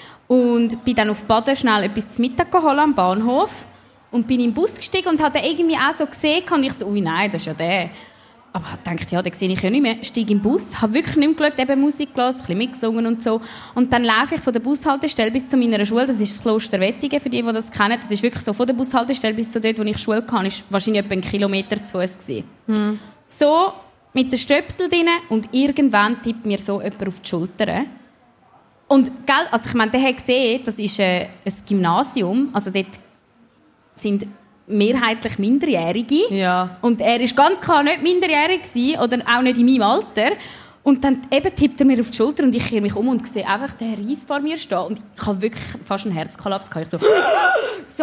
und bin dann auf Baden schnell etwas zu Mittag geholt am Bahnhof und bin in den Bus gestiegen und habe den irgendwie auch so gesehen und ich so, ui nein, das ist ja der. Aber ich dachte, ja, den sehe ich ja nicht mehr. Steige in den Bus, habe wirklich nicht mehr geschaut, eben Musik gehört, ein bisschen mitgesungen und so. Und dann laufe ich von der Bushaltestelle bis zu meiner Schule, das ist das Kloster Wettigen, für die, die das kennen. Das ist wirklich so, von der Bushaltestelle bis zu dort, wo ich Schule kann, ist wahrscheinlich etwa einen Kilometer zu Fuß gewesen. Hm. So, mit den Stöpsel drin und irgendwann tippt mir so jemand auf die Schulter. Und, gell, also ich meine, der hat gesehen, das ist äh, ein Gymnasium, also dort sind mehrheitlich Minderjährige. Ja. Und er war ganz klar nicht minderjährig gewesen, oder auch nicht in meinem Alter. Und dann eben tippt er mir auf die Schulter und ich kehre mich um und sehe einfach den Reis vor mir stehen. Und ich habe wirklich fast einen Herzkollaps gehabt. Ich so, so.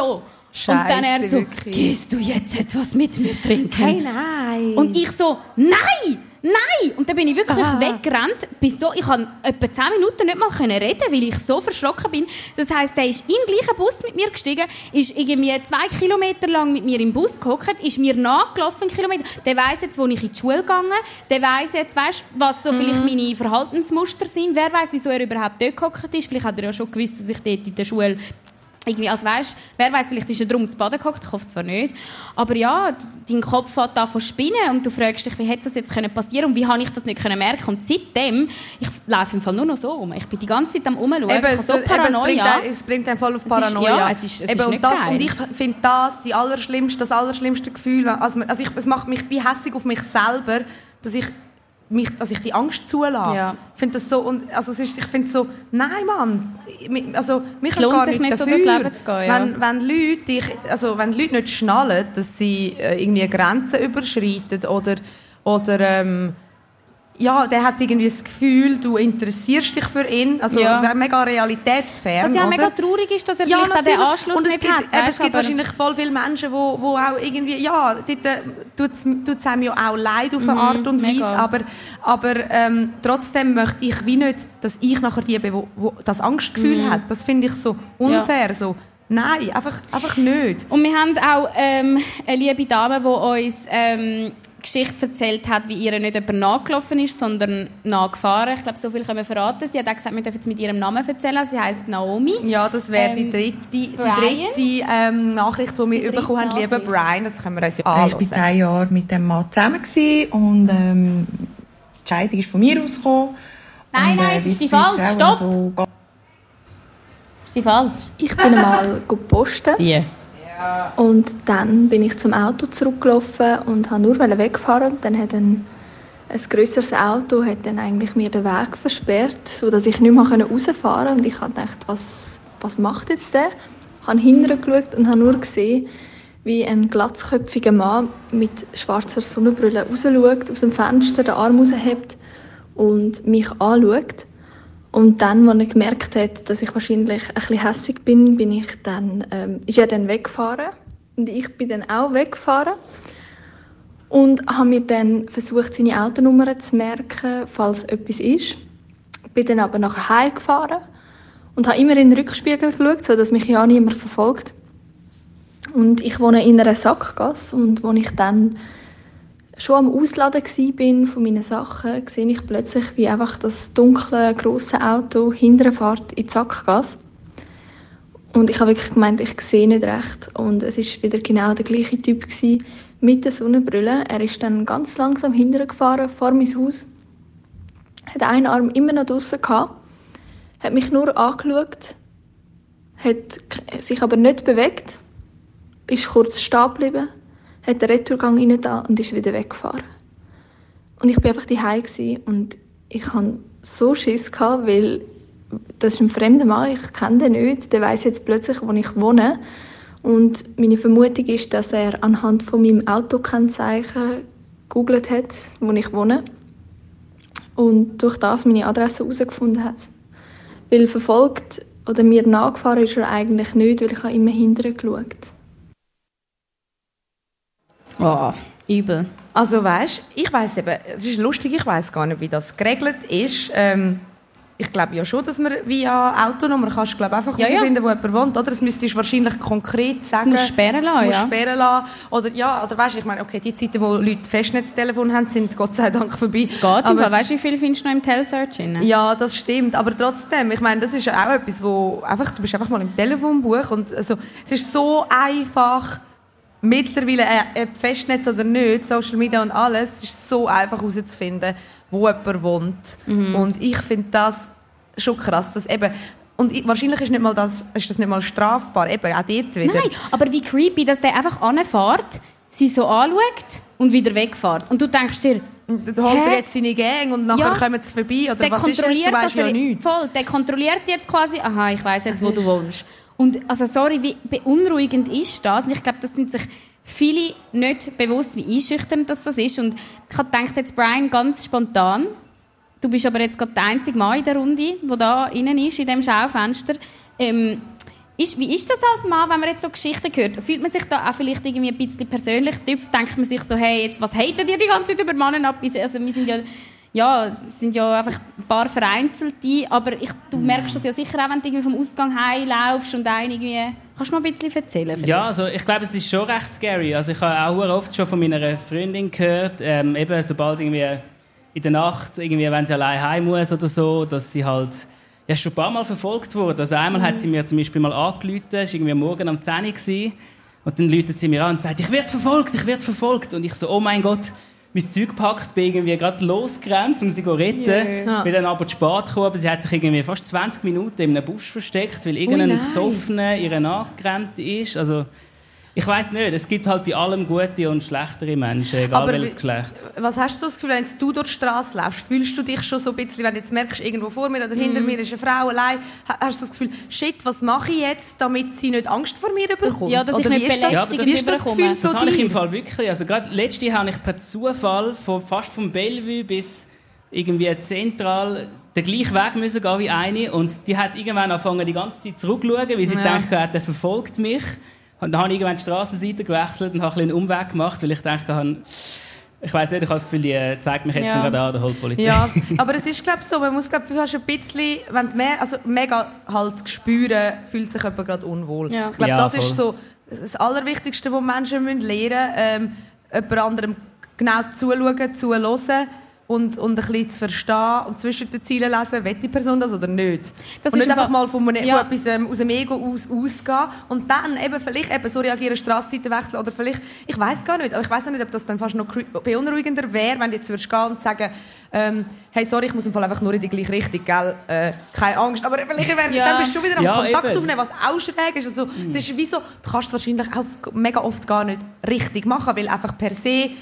Scheisse, und dann er so, wirklich. gehst du jetzt etwas mit mir trinken? Hey, nein! Und ich so, nein! Nein! Und dann bin ich wirklich Ah. weggerannt. Bis so, ich konnte etwa zehn Minuten nicht mal reden, weil ich so verschrocken bin. Das heisst, er ist in den gleichen Bus mit mir gestiegen, ist irgendwie zwei Kilometer lang mit mir im Bus gehockt, ist mir nachgelaufen, Kilometer. Der weiss jetzt, wo ich in die Schule gegangen bin. Der weiss jetzt, weißt, was so vielleicht meine Verhaltensmuster sind. Wer weiss, wieso er überhaupt dort gehockt ist. Vielleicht hat er ja schon gewusst, dass ich dort in der Schule irgendwie, also weißt, wer weiss, vielleicht ist er drum zu Baden gehockt, ich hoffe zwar nicht. Aber ja, dein Kopf fängt an zu spinnen und du fragst dich, wie hätte das jetzt passieren können und wie habe ich das nicht merken können. Und seitdem, ich laufe im Fall nur noch so rum. Ich bin die ganze Zeit am Rumschauen, ich habe so Paranoia. Eben, es bringt einen voll auf Es ist- Paranoia. ja, es ist- es Eben, ist und nicht das, geil. Und ich finde das die allerschlimmste, das allerschlimmste Gefühl. Also, also ich, es macht mich wie hässig auf mich selber, dass ich mich, dass ich die Angst zulasse. Ja. Ich finde das so, und, also es ist, ich finde so, nein Mann, ich- also mich Es lohnt gar sich nicht nicht, so dafür. durchs Leben zu gehen, ja. Wenn, wenn Leute, dich, also wenn Leute nicht schnallen, dass sie äh, irgendwie Grenzen überschreiten oder, oder ähm, ja, der hat irgendwie das Gefühl, du interessierst dich für ihn, also Ja. mega realitätsfern. Was ja oder? mega traurig ist, dass er Ja, vielleicht auch den natürlich. Anschluss und es nicht gibt, hat. eben, weisst, es gibt aber- wahrscheinlich voll viele Menschen, wo, wo auch irgendwie, ja, dort äh, tut es einem ja auch leid auf eine Art und Weise, mega. aber, aber ähm, trotzdem möchte ich wie nicht, dass ich nachher die bin, wo, wo das Angstgefühl hat. Das finde ich so unfair, so. Nein, einfach, einfach nicht. Und wir haben auch ähm, eine liebe Dame, die uns ähm, Geschichte erzählt hat, wie ihr nicht jemand nachgelaufen ist, sondern nachgefahren. Ich glaube, so viel können wir verraten. Sie hat auch gesagt, wir dürfen jetzt mit ihrem Namen erzählen. Sie heisst Naomi. Ja, das wäre die Ähm, dritte, die, die Brian? dritte ähm, Nachricht, die wir dritte bekommen haben. Lieber Nachricht. Brian, das können wir uns ja Ich war anhören. zehn Jahre mit dem Mann zusammen gewesen und ähm, die Scheidung ist von mir ausgekommen. Nein, Und, nein, äh, das ist die wie es falsch. auch Stopp. So geht. Ist die falsch? Ich bin einmal posten Die. und dann bin ich zum Auto zurückgelaufen und wollte nur wegfahren. Und dann hat ein, ein grösseres Auto hat dann eigentlich mir den Weg versperrt, sodass ich nicht mehr rausfahren konnte. Und ich habe gedacht, was, was macht jetzt der? Ich habe hinterher geschaut und habe nur gesehen, wie ein glatzköpfiger Mann mit schwarzer Sonnenbrille rausschaut, aus dem Fenster den Arm raushebt und mich anschaut. Und dann, als er gemerkt hat, dass ich wahrscheinlich ein bisschen hässig bin, bin ich dann, ähm, ist er dann weggefahren. Und ich bin dann auch weggefahren. Und habe mir dann versucht, seine Autonummer zu merken, falls etwas ist. Bin dann aber nachher heimgefahren und habe immer in den Rückspiegel geschaut, sodass mich ja niemand verfolgt. Und ich wohne in einer Sackgasse und als ich dann schon am Ausladen war von meinen Sachen, sehe ich plötzlich, wie einfach das dunkle, grosse Auto hinterher fährt in die Sackgasse. Und ich habe wirklich gemeint, ich sehe nicht recht. Und es war wieder genau der gleiche Typ gewesen, mit der Sonnenbrille. Er ist dann ganz langsam hinterher gefahren, vor mein Haus. Hat einen Arm immer noch draussen gehabt, hat mich nur angeschaut, hat sich aber nicht bewegt, ist kurz stehen geblieben, hat den Retourgang rein da und ist wieder weggefahren. Und ich war einfach daheim und ich hatte so Schiss, weil das ist ein fremder Mann, ich kenne den nicht, der weiss jetzt plötzlich, wo ich wohne. Und meine Vermutung ist, dass er anhand von meinem Autokennzeichen gegoogelt hat, wo ich wohne. Und durch das meine Adresse herausgefunden hat. Weil verfolgt oder mir nachgefahren ist er eigentlich nicht, weil ich habe immer hinterher geschaut. Oh, übel. Also weißt, ich weiss eben, es ist lustig, ich weiss gar nicht, wie das geregelt ist. Ähm, ich glaube ja schon, dass man via Autonummer kannst, glaub, einfach Ja, ja. herausfinden, wo jemand wohnt. Oder? Das müsstest du wahrscheinlich konkret sagen. musst du sperren lassen, musst ja. sperren lassen. Oder, ja, oder weißt, ich meine, okay, die Zeiten, wo Leute Festnetztelefon haben, sind Gott sei Dank vorbei. Es geht im Aber- Fall. Weißt du, wie viel findest du noch im Telesearch drin? Ja, das stimmt. Aber trotzdem, ich meine, das ist ja auch etwas, wo einfach, du bist einfach mal im Telefonbuch und also, es ist so einfach, mittlerweile, äh, ob Festnetz oder nicht, Social Media und alles, es ist so einfach herauszufinden, wo jemand wohnt. Mhm. Und ich finde das schon krass, dass eben, und ich, wahrscheinlich ist, nicht mal das, ist das nicht mal strafbar, eben auch dort wieder. Nein, aber wie creepy, dass der einfach anfährt, sie so anschaut und wieder wegfährt. Und du denkst dir, Dann holt Hä? er jetzt seine Gang und nachher Ja. kommen sie vorbei, oder der was ist das? kontrolliert, Du dass weißt ja er, nichts. voll, der kontrolliert jetzt quasi, aha, ich weiss jetzt, wo du wohnst. Und also sorry, wie beunruhigend ist das? Und ich glaube, das sind sich viele nicht bewusst, wie einschüchternd das, das ist. Und ich habe gedacht, jetzt Brian, ganz spontan, du bist aber jetzt gerade der einzige Mann in der Runde, der da innen ist, in diesem Schaufenster. Ähm, Ist, wie ist das als Mann, wenn man jetzt so Geschichten hört? Fühlt man sich da auch vielleicht irgendwie ein bisschen persönlich tief? Denkt man sich so, hey, jetzt, was hatet ihr die ganze Zeit über Männer ab? Also wir sind ja, ja, es sind ja einfach ein paar Vereinzelte, aber ich, du merkst das ja sicher auch, wenn du irgendwie vom Ausgang heimlaufst und einen irgendwie... Kannst du mal ein bisschen erzählen? Vielleicht? Ja, also ich glaube, es ist schon recht scary. Also ich habe auch oft schon von meiner Freundin gehört, ähm, eben sobald irgendwie in der Nacht, irgendwie, wenn sie allein heim muss oder so, dass sie halt... Ja, schon ein paar Mal verfolgt wurde. Also einmal mhm. hat sie mir zum Beispiel mal angerufen, es war irgendwie am Morgen um zehn Uhr, und dann ruft sie mir an und sagt, ich werde verfolgt, ich werde verfolgt. Und ich so, oh mein Gott, mein Zeug gepackt, bin irgendwie gerade losgerannt, um sie zu retten. Yeah. Bin dann aber zu spät gekommen, aber sie hat sich irgendwie fast zwanzig Minuten in einem Busch versteckt, weil irgendein Besoffener ihr nachgerannt ist. Also, ich weiss nicht, es gibt halt bei allem gute und schlechtere Menschen, egal aber welches Geschlecht. Was hast du das Gefühl, wenn du durch die Straße läufst, fühlst du dich schon so ein bisschen, wenn du jetzt merkst, irgendwo vor mir oder hinter mm. mir ist eine Frau allein, hast du das Gefühl, shit, was mache ich jetzt, damit sie nicht Angst vor mir bekommt? Ja, dass oder ich nicht belästigt ja, das, bekomme. Das habe ich im Fall wirklich. Also gerade letztes Jahr habe ich per Zufall von, fast vom Bellevue bis irgendwie zentral den gleichen Weg müssen gehen wie eine, und die hat irgendwann angefangen, die ganze Zeit zurückzuschauen, weil sie ja. gedacht hat, der verfolgt mich. Und dann habe ich irgendwann die Strassenseite gewechselt und habe einen Umweg gemacht, weil ich dachte, ich weiss nicht, ich habe das Gefühl, die zeigt mich jetzt ja. gerade an, der holt die Polizei. Ja, aber es ist, glaube ich, so, man muss, glaube ich, fast ein bisschen, wenn du mehr, also mega halt spüren, fühlt sich jemand gerade unwohl. Ja. Ich glaube, ja, das voll. Ist so das Allerwichtigste, was Menschen lernen müssen, ähm, jemand anderem genau zuschauen, zuhören. Und, und ein bisschen zu verstehen und zwischen den Zielen lesen, will die Person das oder nicht. Das und nicht einfach mal von, einem, ja. von etwas ähm, aus dem Ego aus, ausgehen und dann eben vielleicht eben so reagieren, Strassenseite wechseln oder vielleicht, ich weiss gar nicht, aber ich weiss nicht, ob das dann fast noch beunruhigender wäre, wenn du jetzt würdest gehen und sagen, ähm, hey, sorry, ich muss im Fall einfach nur in die gleiche Richtung, gell, äh, keine Angst. Aber vielleicht wär, ja. dann bist du schon wieder am ja, Kontakt eben. Aufnehmen, was auch schräg ist. Also, mhm. Es ist wie so, du kannst es wahrscheinlich auch mega oft gar nicht richtig machen, weil einfach per se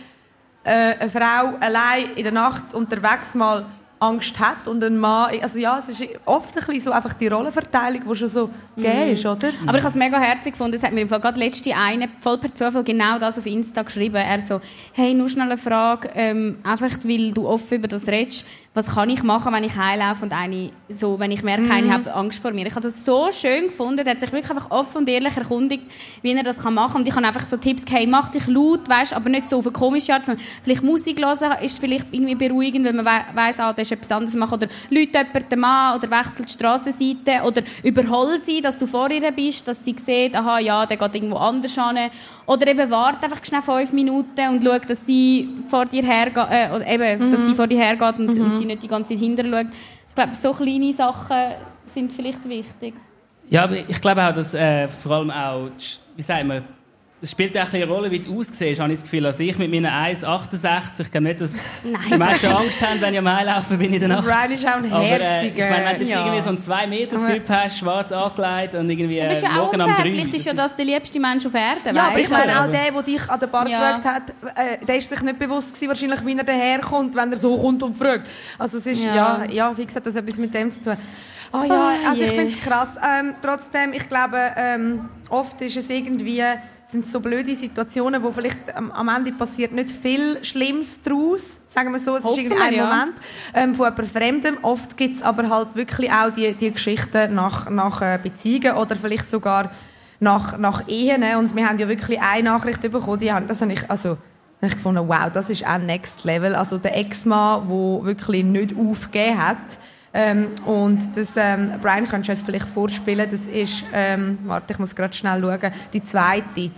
eine Frau allein in der Nacht unterwegs mal Angst hat und ein Mann, also ja, es ist oft ein bisschen so einfach die Rollenverteilung, die schon so mm. gegeben ist, oder? Aber ich habe es mega herzig gefunden, es hat mir im Fall gerade letzte eine voll per Zufall genau das auf Insta geschrieben, er so, hey, nur schnell eine Frage, ähm, einfach weil du offen über das redest, was kann ich machen, wenn ich heimlaufe und eine, so, wenn ich merke, mm. eine hat Angst vor mir. Ich habe das so schön gefunden, er hat sich wirklich einfach offen und ehrlich erkundigt, wie er das machen kann. Und ich habe einfach so Tipps gegeben, hey, mach dich laut, weißt, aber nicht so auf eine komische Art, sondern vielleicht Musik hören ist vielleicht irgendwie beruhigend, weil man we- weiss, ah, das ist etwas anderes machen. Oder Leute jemanden an oder wechselt die Strassenseite oder überhol sie, dass du vor ihr bist, dass sie sieht, aha, ja, der geht irgendwo anders hin. Oder eben warte einfach schnell fünf Minuten und schau, dass sie vor dir hergeht, äh, oder eben, mhm. dass sie vor dir hergeht und, mhm. und sie nicht die ganze Zeit hinter schaut. Ich glaube, so kleine Sachen sind vielleicht wichtig. Ja, aber ich glaube auch, dass äh, vor allem auch, wie sagen wir, es spielt auch eine Rolle, wie du aussiehst, habe ich das Gefühl. Also ich mit meinen eins Komma achtundsechzig, ich kann nicht, dass Nein. die meisten Angst haben, wenn ich am Heilaufen bin in der Nacht. Brian ist auch ein aber, herziger. Äh, ich meine, wenn du jetzt ja. irgendwie so einen zwei Meter Typ hast, schwarz angelegt und irgendwie äh, ja morgen um drei. Vielleicht ist ja das der liebste Mensch auf Erden. Ja, aber ich meine, auch der, der dich an der Bar ja. gefragt hat, äh, der ist sich nicht bewusst gewesen, wahrscheinlich, wie er daherkommt, wenn er so kommt und fragt. Also es ist, ja, ja, ja wie gesagt, das hat etwas mit dem zu tun. Oh ja, oh, also ich finde es krass. Ähm, trotzdem, ich glaube, ähm, oft ist es irgendwie, sind es so blöde Situationen, wo vielleicht ähm, am Ende passiert nicht viel Schlimmes daraus, sagen wir so, es Hoffen ist irgendein wir, Moment ja. ähm, von jemand Fremdem. Oft gibt es aber halt wirklich auch die, die Geschichten nach, nach äh, Beziehungen oder vielleicht sogar nach, nach Ehen. Und wir haben ja wirklich eine Nachricht bekommen, die haben, das habe ich, also, habe ich gefunden, wow, das ist auch Next Level. Also der Ex-Mann, der wirklich nicht aufgegeben hat. Ähm, und das, ähm, Brian, kannst du jetzt vielleicht vorspielen, das ist, ähm, warte, ich muss gerade schnell schauen, die zweite.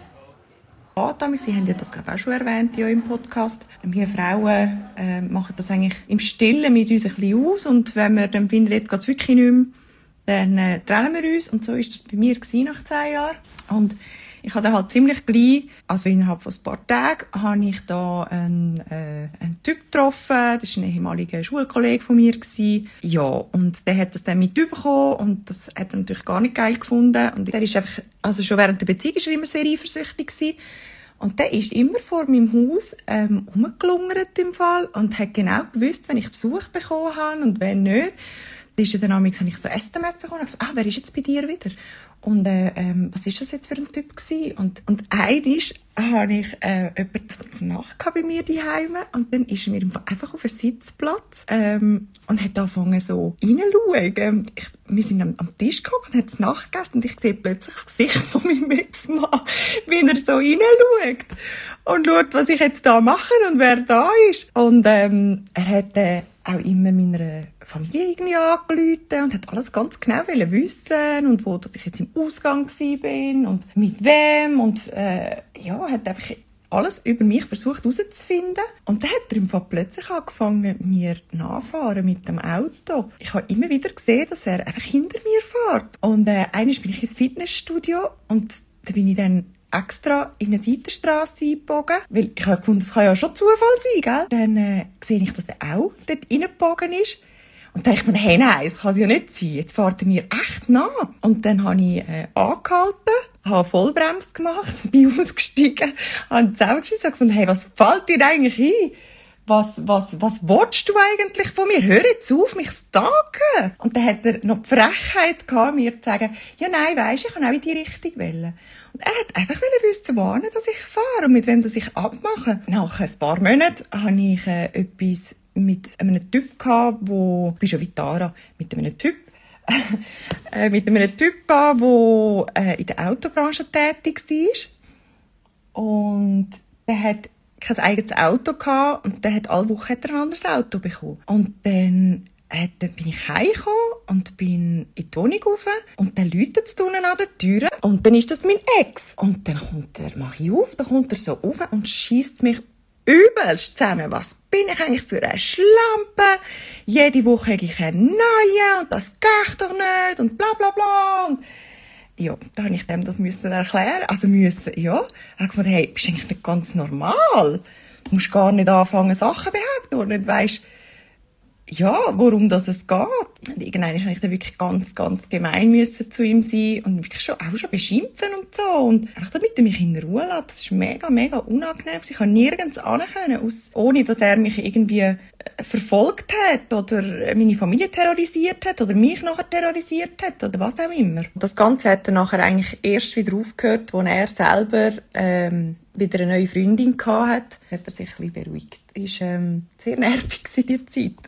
Ja, Sie haben ja das glaube ich, auch schon erwähnt ja, im Podcast. Wir Frauen äh, machen das eigentlich im Stillen mit uns ein bisschen aus und wenn wir dann finden, jetzt geht es wirklich nicht mehr, dann äh, trennen wir uns und so war das bei mir gewesen, nach zehn Jahren. Und ich habe dann halt ziemlich gleich, also innerhalb von ein paar Tagen, habe ich da einen, äh, einen Typ getroffen. Das war ein ehemaliger Schulkollege von mir gewesen. Ja, und der hat das dann mitbekommen und das hat er natürlich gar nicht geil gefunden. Und der ist einfach, also schon während der Beziehung war er immer sehr eifersüchtig gewesen. Und der ist immer vor meinem Haus ähm, rumgelungert im Fall und hat genau gewusst, wenn ich Besuch bekommen habe und wenn nicht. ist dann habe ich so S M S bekommen und gesagt, ah, wer ist jetzt bei dir wieder? Und äh, ähm, was ist das jetzt für ein Typ gewesen? Und, und einmal habe ich äh, jemanden zur Nacht bei mir daheim und dann ist er mir einfach auf einen Sitzplatz ähm, und hat angefangen so reinzuschauen. Ich, wir sind am, am Tisch geguckt und haben zur Nacht gegessen und ich sehe plötzlich das Gesicht von meinem Ex-Mann, wie er so reinschaut und schaut, was ich jetzt da mache und wer da ist. Und ähm, er hat äh, auch immer meiner Familie irgendwie angerufen und hat alles ganz genau wissen und wo dass ich jetzt im Ausgang war und mit wem und äh, ja, hat einfach alles über mich versucht herauszufinden. Und dann hat er im Fall plötzlich angefangen, mir nachfahren mit dem Auto. Ich habe immer wieder gesehen, dass er einfach hinter mir fährt. Und äh, einmal bin ich ins Fitnessstudio und da bin ich dann extra in eine Seitenstrasse eingebogen, weil ich habe gefunden, das kann ja schon Zufall sein, gell? Dann äh, sehe ich, dass er auch dort reingebogen ist. Und dann dachte ich mir, hey, nein, das kann es ja nicht sein. Jetzt fährt er mir echt nach. Und dann habe ich äh, angehalten, habe Vollbremse gemacht, bin ausgestiegen, habe zusammengeschissen und gefunden, hey, was fällt dir eigentlich ein? Was, was, was willst du eigentlich von mir? Hör jetzt auf, mich zu stalken. Und dann hat er noch die Frechheit gehabt, mir zu sagen, ja, nein, weisst, ich kann auch in die Richtung wählen. Und er hat einfach wissen, warnen, dass ich fahre und mit wem dass ich abmache. Nach ein paar Monaten habe ich äh, etwas mit einem Typ gehabt, wo, ich bin schon wie Tara, mit einem Typ, äh, mit einem Typ gehabt, der äh, in der Autobranche tätig war. Und der hat kein eigenes Auto gehabt und der hat alle Wochen ein anderes Auto bekommen. Und dann Äh, dann bin ich heimgekommen und bin in die Wohnung rauf und dann läutet es unten an der Tür und dann ist das mein Ex. Und dann kommt er, mach ich auf, dann kommt er so rauf und schiesst mich übelst zusammen. Was bin ich eigentlich für eine Schlampe? Jede Woche habe ich einen neuen und das geht doch nicht und bla bla bla. Und ja, da habe ich dem das müssen erklären. Also müssen, ja. Ich habe gedacht, hey, bist eigentlich nicht ganz normal. Du musst gar nicht anfangen, Sachen behaupten, wo du nicht weisst, ja, worum das es geht. Und irgendwann musste ich dann wirklich ganz, ganz gemein müssen zu ihm sein und wirklich schon, auch schon beschimpfen und so. Und einfach damit er mich in Ruhe lässt, das ist mega, mega unangenehm. Ich konnte nirgends hin können, ohne dass er mich irgendwie verfolgt hat oder meine Familie terrorisiert hat oder mich nachher terrorisiert hat oder was auch immer. Das Ganze hat dann nachher eigentlich erst wieder aufgehört, als er selber ähm, wieder eine neue Freundin hatte, hat er sich ein bisschen beruhigt. Das war ähm, sehr nervig in dieser Zeit.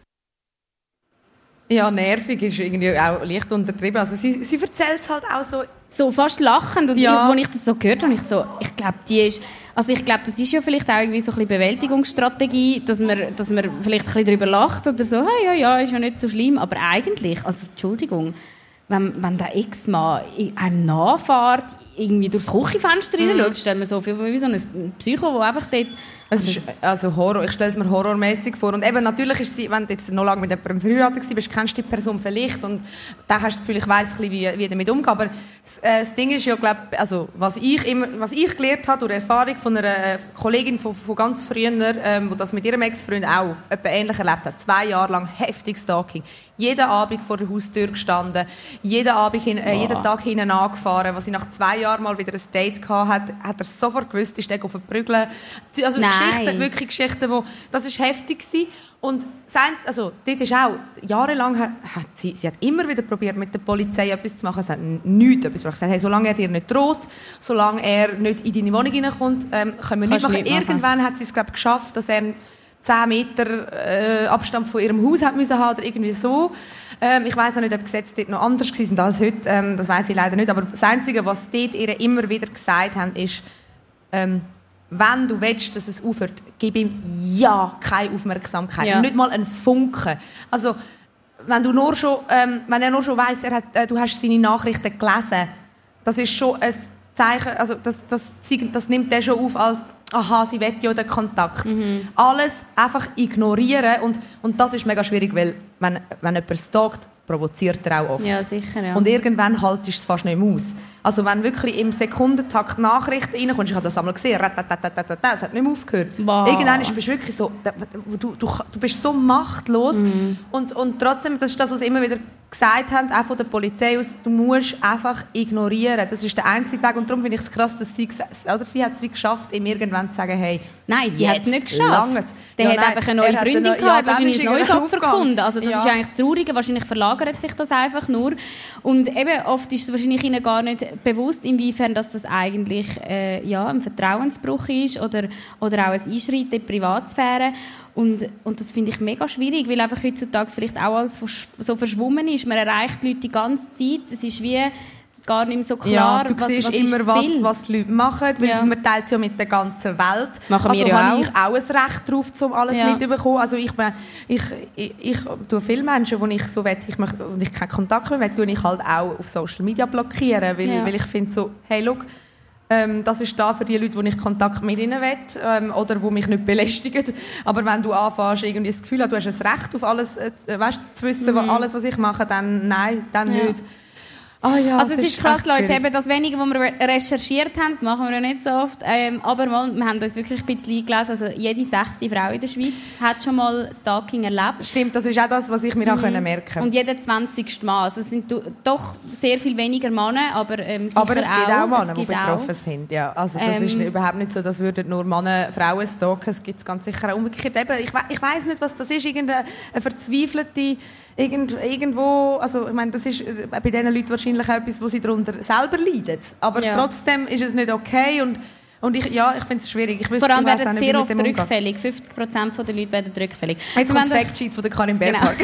Ja, nervig ist irgendwie auch leicht untertrieben. Also sie, sie erzählt es halt auch so... So fast lachend. Und ja. Als ich das so gehört habe, ich so, ich glaube, die ist... Also ich glaube, das ist ja vielleicht auch irgendwie so ein bisschen Bewältigungsstrategie, dass man, dass man vielleicht ein bisschen darüber lacht oder so, hey, ja, ja, ist ja nicht so schlimm. Aber eigentlich, also Entschuldigung, wenn, wenn der Ex-Mann einem nachfährt, irgendwie durchs Küchenfenster mhm. reinschaut, stellt man so viel wie so ein Psycho, der einfach dort... Es ist also Horror. Ich stelle es mir horrormäßig vor. Und eben, natürlich ist sie, wenn du jetzt noch lange mit jemandem verheiratet bist, kennst du die Person vielleicht und dann hast du das Gefühl, ich weiss ein bisschen, wie, wie damit umgeht. Aber das, äh, das Ding ist ja, glaub, also was ich immer, was ich gelernt habe durch Erfahrung von einer Kollegin von, von ganz früher, ähm, die das mit ihrem Ex-Freund auch etwa ähnlich erlebt hat. Zwei Jahre lang heftig Stalking. Jeden Abend vor der Haustür gestanden, jeden Abend, hin, äh, jeden Tag hinten angefahren. Was sie nach zwei Jahren mal wieder ein Date hatte, hat er sofort gewusst, ist der verprügeln. Also Nein. Geschichten, wirklich Geschichten, wo, das war heftig gewesen. Und sein, also, dort ist auch, jahrelang hat sie, sie hat immer wieder probiert, mit der Polizei etwas zu machen. Sie hat nichts etwas gemacht. Sie hat gesagt, hey, solange er dir nicht droht, solange er nicht in deine Wohnung reinkommt, ähm, können wir nichts machen. machen. Irgendwann hat sie es, glaube ich, geschafft, dass er zehn Meter äh, Abstand von ihrem Haus hat müssen haben, oder irgendwie so. Ähm, ich weiss auch nicht, ob die Gesetze dort noch anders waren als heute. Ähm, das weiss ich leider nicht. Aber das Einzige, was dort ihr immer wieder gesagt haben, ist, ähm, wenn du willst, dass es aufhört, gib ihm ja keine Aufmerksamkeit. Ja. Nicht mal einen Funken. Also, wenn, du nur schon, ähm, wenn er nur schon weiss, er hat, äh, du hast seine Nachrichten gelesen, das ist schon ein Zeichen, also das, das, das nimmt er schon auf als aha, sie will ja den Kontakt. Mhm. Alles einfach ignorieren und, und das ist mega schwierig, weil wenn, wenn jemand stalkt, provoziert er auch oft. Ja, sicher, ja. Und irgendwann haltest du es fast nicht mehr aus. Also wenn wirklich im Sekundentakt Nachrichten reinkommst, ich habe das einmal gesehen, es hat nicht mehr aufgehört. Wow. Irgendwann bist du wirklich so, du, du, du bist so machtlos. Mhm. Und, und trotzdem, das ist das, was immer wieder gesagt haben, auch von der Polizei aus, du musst einfach ignorieren. Das ist der einzige Weg. Und darum finde ich es krass, dass sie, oder sie hat es wie geschafft, ihm irgendwann zu sagen, hey, nein, sie hat es nicht geschafft. Langt. Der ja, hat nein, einfach eine neue Freundin gehabt, ja, hat wahrscheinlich ein neues Opfer gefunden. Also das ja. ist eigentlich das Traurige. Wahrscheinlich verlagert sich das einfach nur. Und eben, oft ist es wahrscheinlich ihnen gar nicht bewusst, inwiefern dass das eigentlich äh, ja, ein Vertrauensbruch ist oder, oder auch ein Einschreiten in die Privatsphäre. Und, und das finde ich mega schwierig, weil einfach heutzutage vielleicht auch alles so verschwommen ist. Man erreicht die Leute die ganze Zeit. Es ist wie gar nicht mehr so klar, ja, du was, siehst was immer, ist was, viel. was die Leute machen, weil Ja. man teilt es ja mit der ganzen Welt. Machen also wir ja habe auch. ich auch ein Recht darauf, um alles Ja. mitzubekommen. Also ich, ich, ich, ich tue viele Menschen, wo ich so will, ich möchte, und ich keinen Kontakt mehr will, tue ich halt auch auf Social Media blockieren, weil, Ja. weil ich finde so, hey, look, ähm, das ist da für die Leute, wo ich Kontakt mit ihnen will, ähm, oder die mich nicht belästigen. Aber wenn du anfängst, irgendwie das Gefühl hast, du hast ein Recht auf alles, äh, weißt, zu wissen, Mhm. alles, was ich mache, dann nein, dann Ja. nicht. Oh ja, Also es ist krass, echt Leute, schwierig. eben das Wenige, was wir re- recherchiert haben, das machen wir ja nicht so oft, ähm, aber mal, wir haben uns wirklich ein bisschen eingelesen, also jede sechste Frau in der Schweiz hat schon mal Stalking erlebt. Stimmt, das ist auch das, was ich mir auch mhm. merken konnte. Und jeder zwanzigste Mal. Also es sind du- doch sehr viel weniger Männer, aber ähm, sicher Aber es gibt auch, auch Männer, es die gibt betroffen auch. sind. Ja. Also das Ähm, ist nicht, überhaupt nicht so, dass würden nur Männer Frauen stalken. Es gibt ganz sicher auch umgekehrt. Eben, ich, we- ich weiss nicht, was das ist. Irgendeine eine verzweifelte... Irgend, irgendwo... Also ich meine, das ist äh, bei diesen Leuten wahrscheinlich auch etwas, wo sie darunter selber leiden. Aber Ja. trotzdem ist es nicht okay. Und, und ich, ja, ich finde es schwierig. Ich wüsste, Vor allem ich weiss werden auch nicht, sehr wie oft mit dem umgeht. rückfällig. fünfzig Prozent der Leute werden rückfällig. Jetzt kommt das Wenn ihr- Factsheet von der Karin Genau. Bergpark.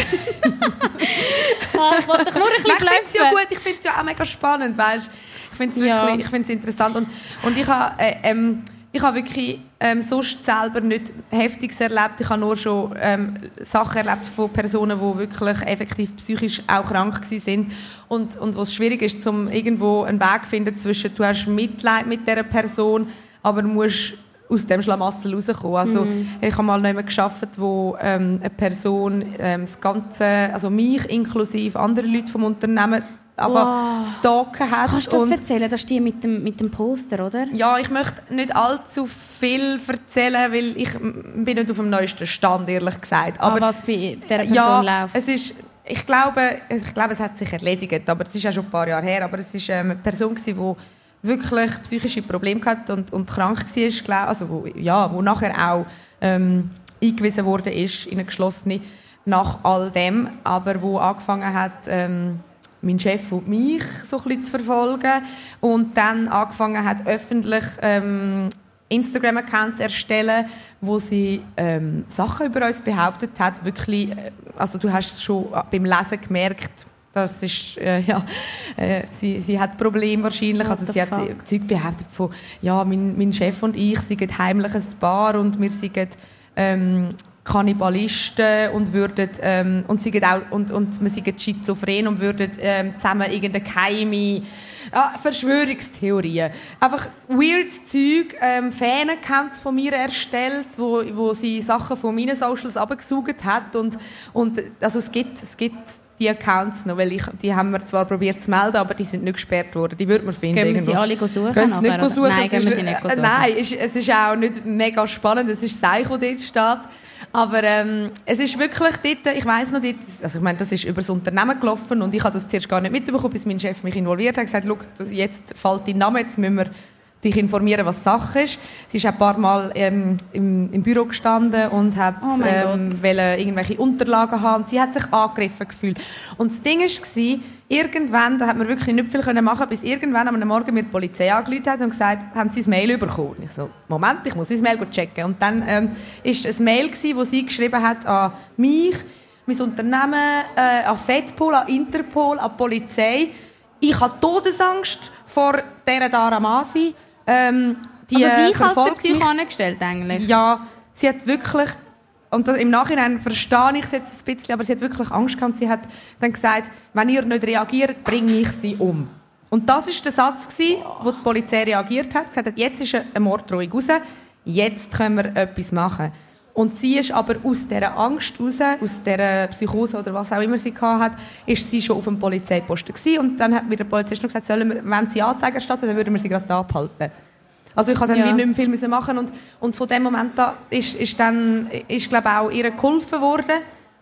Ah, ich wollte doch nur ein Nein, bisschen ich finde es ja klopfen. gut, ich finde es ja auch mega spannend, weißt? Ich finde es Ja. wirklich, ich finde es interessant und, und ich habe äh, ähm, ich habe wirklich ähm, sonst selber nicht Heftiges erlebt. Ich habe nur schon ähm, Sachen erlebt von Personen, die wirklich effektiv psychisch auch krank waren. Und, und was schwierig ist, um irgendwo einen Weg zu finden zwischen, du hast Mitleid mit dieser Person, aber musst aus dem Schlamassel rauskommen. Also, Mhm. ich habe mal nicht gearbeitet, wo ähm, eine Person ähm, das Ganze, also mich inklusive andere Leute vom Unternehmen, einfach Wow. stalken hat. Kannst du das und erzählen? Das ist die mit dem, mit dem Poster, oder? ja, ich möchte nicht allzu viel erzählen, weil ich m- bin nicht auf dem neuesten Stand, ehrlich gesagt. Aber Aber was bei dieser Person ja, läuft? es ist, ich glaube, ich glaube, es hat sich erledigt, aber es ist ja schon ein paar Jahre her. Aber es ist ähm, eine Person gewesen, die wirklich psychische Probleme hatte und, und krank war, glaub, also wo, ja, wo nachher auch ähm, eingewiesen wurde ist in eine geschlossene nach all dem, aber wo angefangen hat, ähm, mein Chef und mich so ein bisschen zu verfolgen und dann angefangen hat, öffentlich ähm, Instagram-Accounts erstellen, wo sie ähm, Sachen über uns behauptet hat. Wirklich, äh, also du hast es schon beim Lesen gemerkt, das ist, äh, ja, äh, sie, sie hat Probleme wahrscheinlich. What Also the sie fuck? hat Zeug behauptet von, ja, mein, mein Chef und ich sind heimlich ein Paar und wir sind ähm, Kannibalisten und würden ähm, und sind auch und und wir sind schizophren und würden ähm, zusammen irgendeine geheime ja, Verschwörungstheorien, einfach weirdes Zeug, ähm, Fan-Accounts von mir erstellt, wo wo sie Sachen von meinen Socials abgesaugt hat und und also es gibt es gibt die Accounts noch, weil ich, die haben wir zwar probiert zu melden, aber die sind nicht gesperrt worden. Die würde man finden. Gehen wir irgendwo. sie alle suchen? Gehen sie nicht nachher, oder? suchen? Nein, Es gehen wir ist- sie nicht äh, suchen. Nein, es ist, es ist auch nicht mega spannend. Es ist das Seich, das dort steht. Aber ähm, es ist wirklich dort, ich weiss noch, dort, also ich meine, das ist über das Unternehmen gelaufen und ich habe das zuerst gar nicht mitbekommen, bis mein Chef mich involviert hat. Er hat gesagt, schau, jetzt fällt dein Name, jetzt müssen wir dich informieren, was Sache ist. Sie ist ein paar Mal ähm, im, im Büro gestanden und hat Oh mein ähm, wollte irgendwelche Unterlagen haben und sie hat sich angegriffen gefühlt. Und das Ding war, irgendwann, da hat man wirklich nicht viel machen können, bis irgendwann am Morgen mir die Polizei angerufen hat und gesagt, haben sie ein Mail bekommen? Und ich so, Moment, ich muss mein Mail checken. Und dann ähm, ist ein Mail gewesen, wo sie geschrieben hat an mich, mein Unternehmen, äh, an Fedpol, an Interpol, an die Polizei. Ich habe Todesangst vor dieser Dara Masi. Ähm, die, Also äh, dich als der verfolgt mich. Psycho angestellt eigentlich? Ja, sie hat wirklich, und das, im Nachhinein verstehe ich es jetzt ein bisschen, aber sie hat wirklich Angst gehabt. Und sie hat dann gesagt, wenn ihr nicht reagiert, bringe ich sie um. Und das war der Satz, gewesen, wo die Polizei reagiert hat. Gesagt hat, jetzt ist eine Morddrohung raus, jetzt können wir etwas machen. Und sie ist aber aus dieser Angst raus, aus dieser Psychose oder was auch immer sie hatte, ist sie schon auf dem Polizeiposten gewesen. Und dann hat mir der Polizist noch gesagt, sollen wir, wenn sie Anzeige erstatten, dann würden wir sie gerade abhalten. Also ich habe dann Ja. wie nicht mehr viel müssen machen und und von dem Moment an ist ist dann ist glaube auch ihr geholfen worden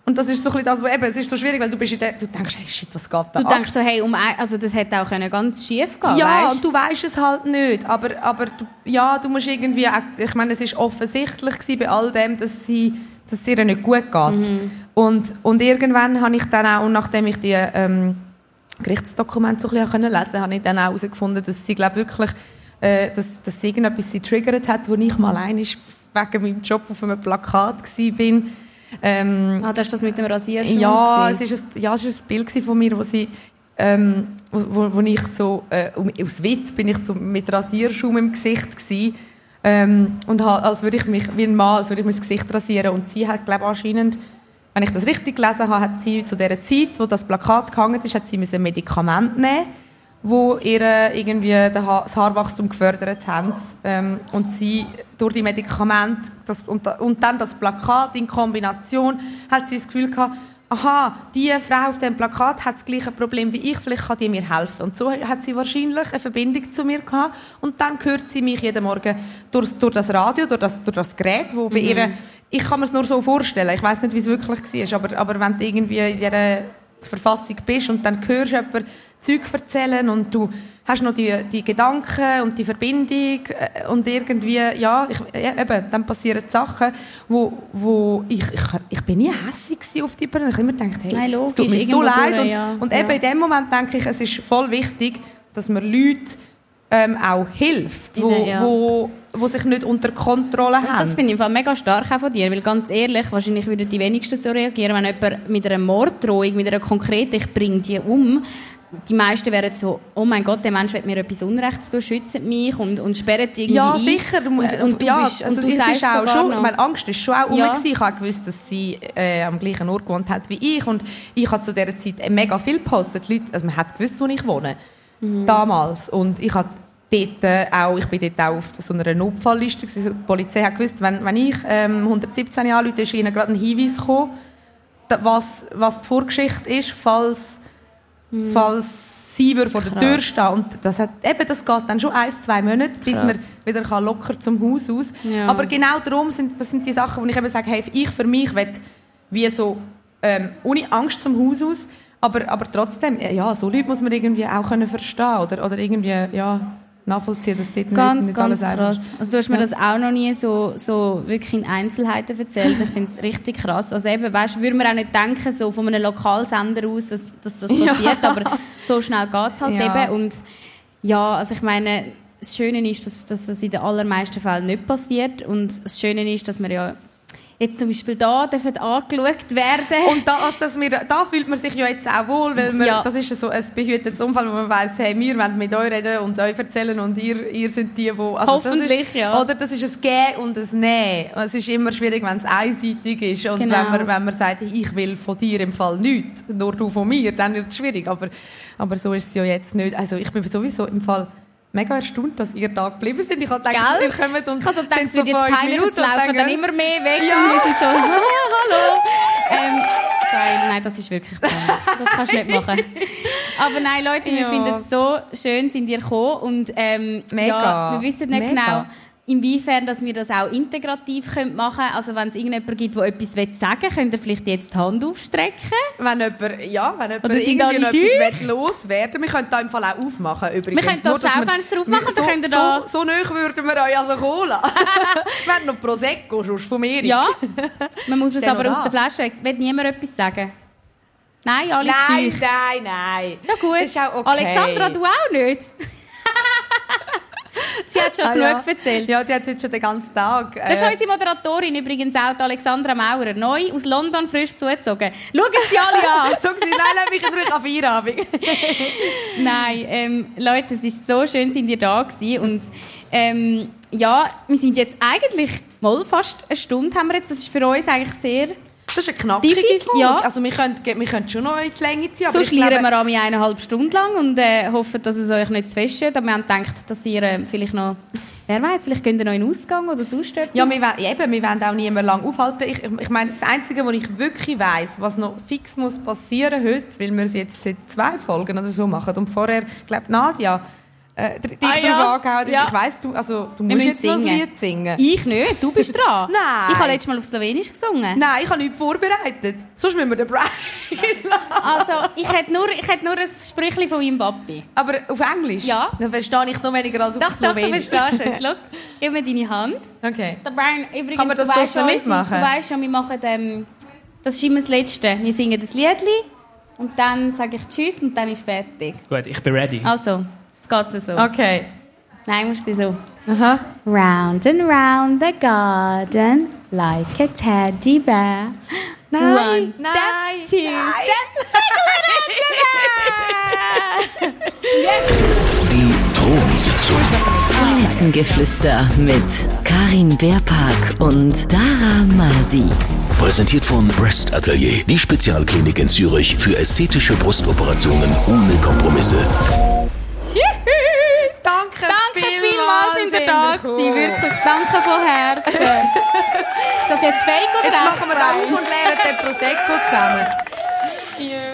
Und das ist so ein bisschen das, wo eben, es ist so schwierig, weil du bist in der, du denkst, hey, shit, was geht da Du ab? denkst so, hey, um ein, also das hätte auch können ganz schief gehen, Ja, weißt? und du weisst es halt nicht, aber, aber du, ja, du musst irgendwie, auch, ich meine, es ist offensichtlich gewesen bei all dem, dass sie, dass es ihr nicht gut geht. Mhm. Und, und irgendwann habe ich dann auch, nachdem ich die ähm, Gerichtsdokumente so ein bisschen lesen konnte, habe ich dann auch herausgefunden, dass sie, glaube wirklich, äh, dass, dass sie irgendetwas sie triggert hat, wo ich mal einmal wegen meinem Job auf einem Plakat war. Ähm, ah, das ist das mit dem Rasierschaum? Ja, es ist ein, ja, es ist ein Bild von mir, wo sie, ähm, wo, wo, wo ich so, äh, aus Witz bin ich so mit Rasierschaum im Gesicht gsi, ähm, und ha, als würde ich mich, wie ein Mann, als würde ich mir das Gesicht rasieren. Und sie hat, glaube anscheinend, wenn ich das richtig gelesen habe, hat sie zu der Zeit, wo das Plakat gehangen ist, hat sie ein Medikament nehmen, wo ihr irgendwie das Haarwachstum gefördert haben. Ähm, und sie durch die Medikamente das, und, und dann das Plakat in Kombination hat sie das Gefühl gehabt, aha, die Frau auf dem Plakat hat das gleiche Problem wie ich, vielleicht kann die mir helfen. Und so hat sie wahrscheinlich eine Verbindung zu mir gehabt. Und dann hört sie mich jeden Morgen durch, durch das Radio, durch das, durch das Gerät, wo bei mhm. ihr, ich kann mir es nur so vorstellen, ich weiß nicht, wie es wirklich war, aber, aber wenn du irgendwie in dieser Verfassung bist und dann hörst du jemanden Zeug erzählen und du hast noch die, die Gedanken und die Verbindung und irgendwie, ja, ich, ja eben, dann passieren Sachen, wo, wo ich, ich, ich bin nie hässig auf die Person. Ich habe immer gedacht, hey, Nein, logisch, es tut mir so leid. Durch, und ja. und ja. eben in dem Moment denke ich, es ist voll wichtig, dass man Leute ähm, auch hilft, wo, ja. wo, wo sich nicht unter Kontrolle haben. Das finde ich im Fall mega stark auch von dir, weil ganz ehrlich, wahrscheinlich würden die wenigsten so reagieren, wenn jemand mit einer Morddrohung, mit einer konkreten, ich bringe die um, die meisten wären so, oh mein Gott, der Mensch will mir etwas Unrechts tun, schützt mich und, und sperrt irgendwie ja, ein. Sicher. Und, und du ja, bist, also und du es sagst ist auch schon, noch, meine Angst war schon auch ja. rum. Ich habe gewusst, dass sie äh, am gleichen Ort gewohnt hat wie ich und ich habe zu dieser Zeit mega viel gepostet. Leute, also man hat gewusst, wo ich wohne. Mhm. Damals. Und ich habe dort äh, auch, ich bin dort auch auf so einer Notfallliste gewesen. Die Polizei hat gewusst, wenn, wenn ich ähm, hundertsiebzehn anrufe, ist ihnen gerade ein Hinweis gekommen, was, was die Vorgeschichte ist, falls, mhm. falls sie vor der Tür stehen. Und das, hat, eben, das geht dann schon ein, zwei Monate, bis man wieder locker zum Haus aus kann. Ja. Aber genau darum sind das sind die Sachen, wo ich eben sage, hey, ich für mich will wie so ähm, ohne Angst zum Haus aus, aber, aber trotzdem, ja, so Leute muss man irgendwie auch können verstehen oder, oder irgendwie, ja, nachvollziehen, dass dort ganz, nicht, nicht ganz alles krass. ist. Also du hast mir ja. das auch noch nie so, so wirklich in Einzelheiten erzählt. Ich finde es richtig krass. Also eben, weißt, würde man auch nicht denken, so von einem Lokalsender aus, dass, dass das passiert, ja. aber so schnell geht es halt ja. eben. Und ja, also ich meine, das Schöne ist, dass, dass das in den allermeisten Fällen nicht passiert und das Schöne ist, dass man ja jetzt zum Beispiel da dürfen angeschaut werden. Und da, also dass wir, da fühlt man sich ja jetzt auch wohl, weil man, ja. das ist so ein behütetes Umfeld, wo man weiss, hey, wir wollen mit euch reden und euch erzählen und ihr, ihr seid die, wo... Also hoffentlich, das ist, ja. Oder das ist ein Gehen und ein Nehmen. Es ist immer schwierig, wenn es einseitig ist. Und genau. wenn, man, wenn man sagt, ich will von dir im Fall nichts, nur du von mir, dann wird es schwierig. Aber, aber so ist es ja jetzt nicht. Also ich bin sowieso im Fall mega erstaunt, dass ihr da geblieben seid. Ich habe gedacht, ihr kommt und ich habe so gedacht, es so wird jetzt peinlich, jetzt laufen dann immer mehr weg ja. und wir sind so, hallo. Ähm, geil, nein, das ist wirklich peinlich. Das kannst du nicht machen. Aber nein, Leute, wir ja. finden es so schön, sind ihr gekommen und ähm, mega. Ja, wir wissen nicht mega. genau, inwiefern dass wir das auch integrativ machen können. Also wenn es irgendjemanden gibt, der etwas sagen will, könnt ihr vielleicht jetzt die Hand aufstrecken. Wenn jemand, ja, wenn jemand Oder irgendwie noch etwas loswerden will. Wir können da im Fall auch aufmachen. Übrigens. Wir können da das Schaufenster aufmachen. So, wir da so, so nahe würden wir euch also Cola. Wir haben noch Prosecco sonst von mir. Ja, man muss es Stell aber aus an. der Flasche. Es will niemand etwas sagen. Nein, alle Nein, schüch. nein, nein. Ja gut. Das ist auch okay. Alexandra, du auch nicht? Sie hat schon ah, genug ja. erzählt. Ja, die hat heute schon den ganzen Tag. Das ist äh, unsere Moderatorin übrigens auch, die Alexandra Maurer. Neu aus London, frisch zugezogen. Schauen Sie alle an. Schau sie, nein, nein, ich ruhig an Feierabend. Nein, ähm, Leute, es ist so schön, sind ihr da gewesen. Und ähm, ja, wir sind jetzt eigentlich mal fast eine Stunde haben wir jetzt. Das ist für uns eigentlich sehr... Das ist eine knackige Folge. Ja. Also wir können, wir können schon noch in die Länge ziehen. So schlieren glaube, wir an mich eineinhalb Stunden lang und äh, hoffen, dass es euch nicht zu fest wird. Aber wir haben gedacht, dass ihr äh, vielleicht noch... Wer weiß, vielleicht könnt ihr noch in den Ausgang oder sonst etwas. Ja, wir, wollen, eben, wir wollen auch niemanden lang aufhalten. Ich, ich meine, das Einzige, was ich wirklich weiss, was noch fix muss passieren heute, weil wir es jetzt seit zwei Folgen oder so machen und vorher, ich glaube, Nadia äh, dich Ah, darauf ja. angehauen hast. Ja. Ich weiss, du, also, du Wir musst müssen jetzt noch ein singen. Lied singen. Ich nicht, du bist dran. Nein. Ich habe letztes Mal auf Slowenisch gesungen. Nein, ich habe nichts vorbereitet. Sonst müssen wir den Brian Also, ich hätte nur, ich hätte nur ein Sprüchchen von meinem Papi. Aber auf Englisch? Ja. Dann verstehe ich es noch weniger als auf Doch, doch, du Slowenisch. verstehst es. Schau, gib mir deine Hand. Okay. Der Brian, übrigens, Kann man das du weißt draussen schon, mitmachen? Du weißt schon, wir machen ähm, das ist immer das Letzte. Wir singen das Liedli und dann sage ich Tschüss und dann ist fertig. Gut, ich bin ready. Also, es geht so. Okay. Nein, musst du so. Aha. Round and round the garden, like a teddy bear. Nein, One step, nein, two nein. step. Die Thronsitzung. Toilettengeflüster mit Karin Beerpark und Dara Masi. Präsentiert von Breast Atelier, die Spezialklinik in Zürich für ästhetische Brustoperationen ohne Kompromisse. Tschüss. Danke, Danke vielmals, sind ihr da gewesen. Wirklich, danke von Herzen. Ist das jetzt fake oder Jetzt machen wir echt? auf und leeren den Prosecco zusammen. Ja.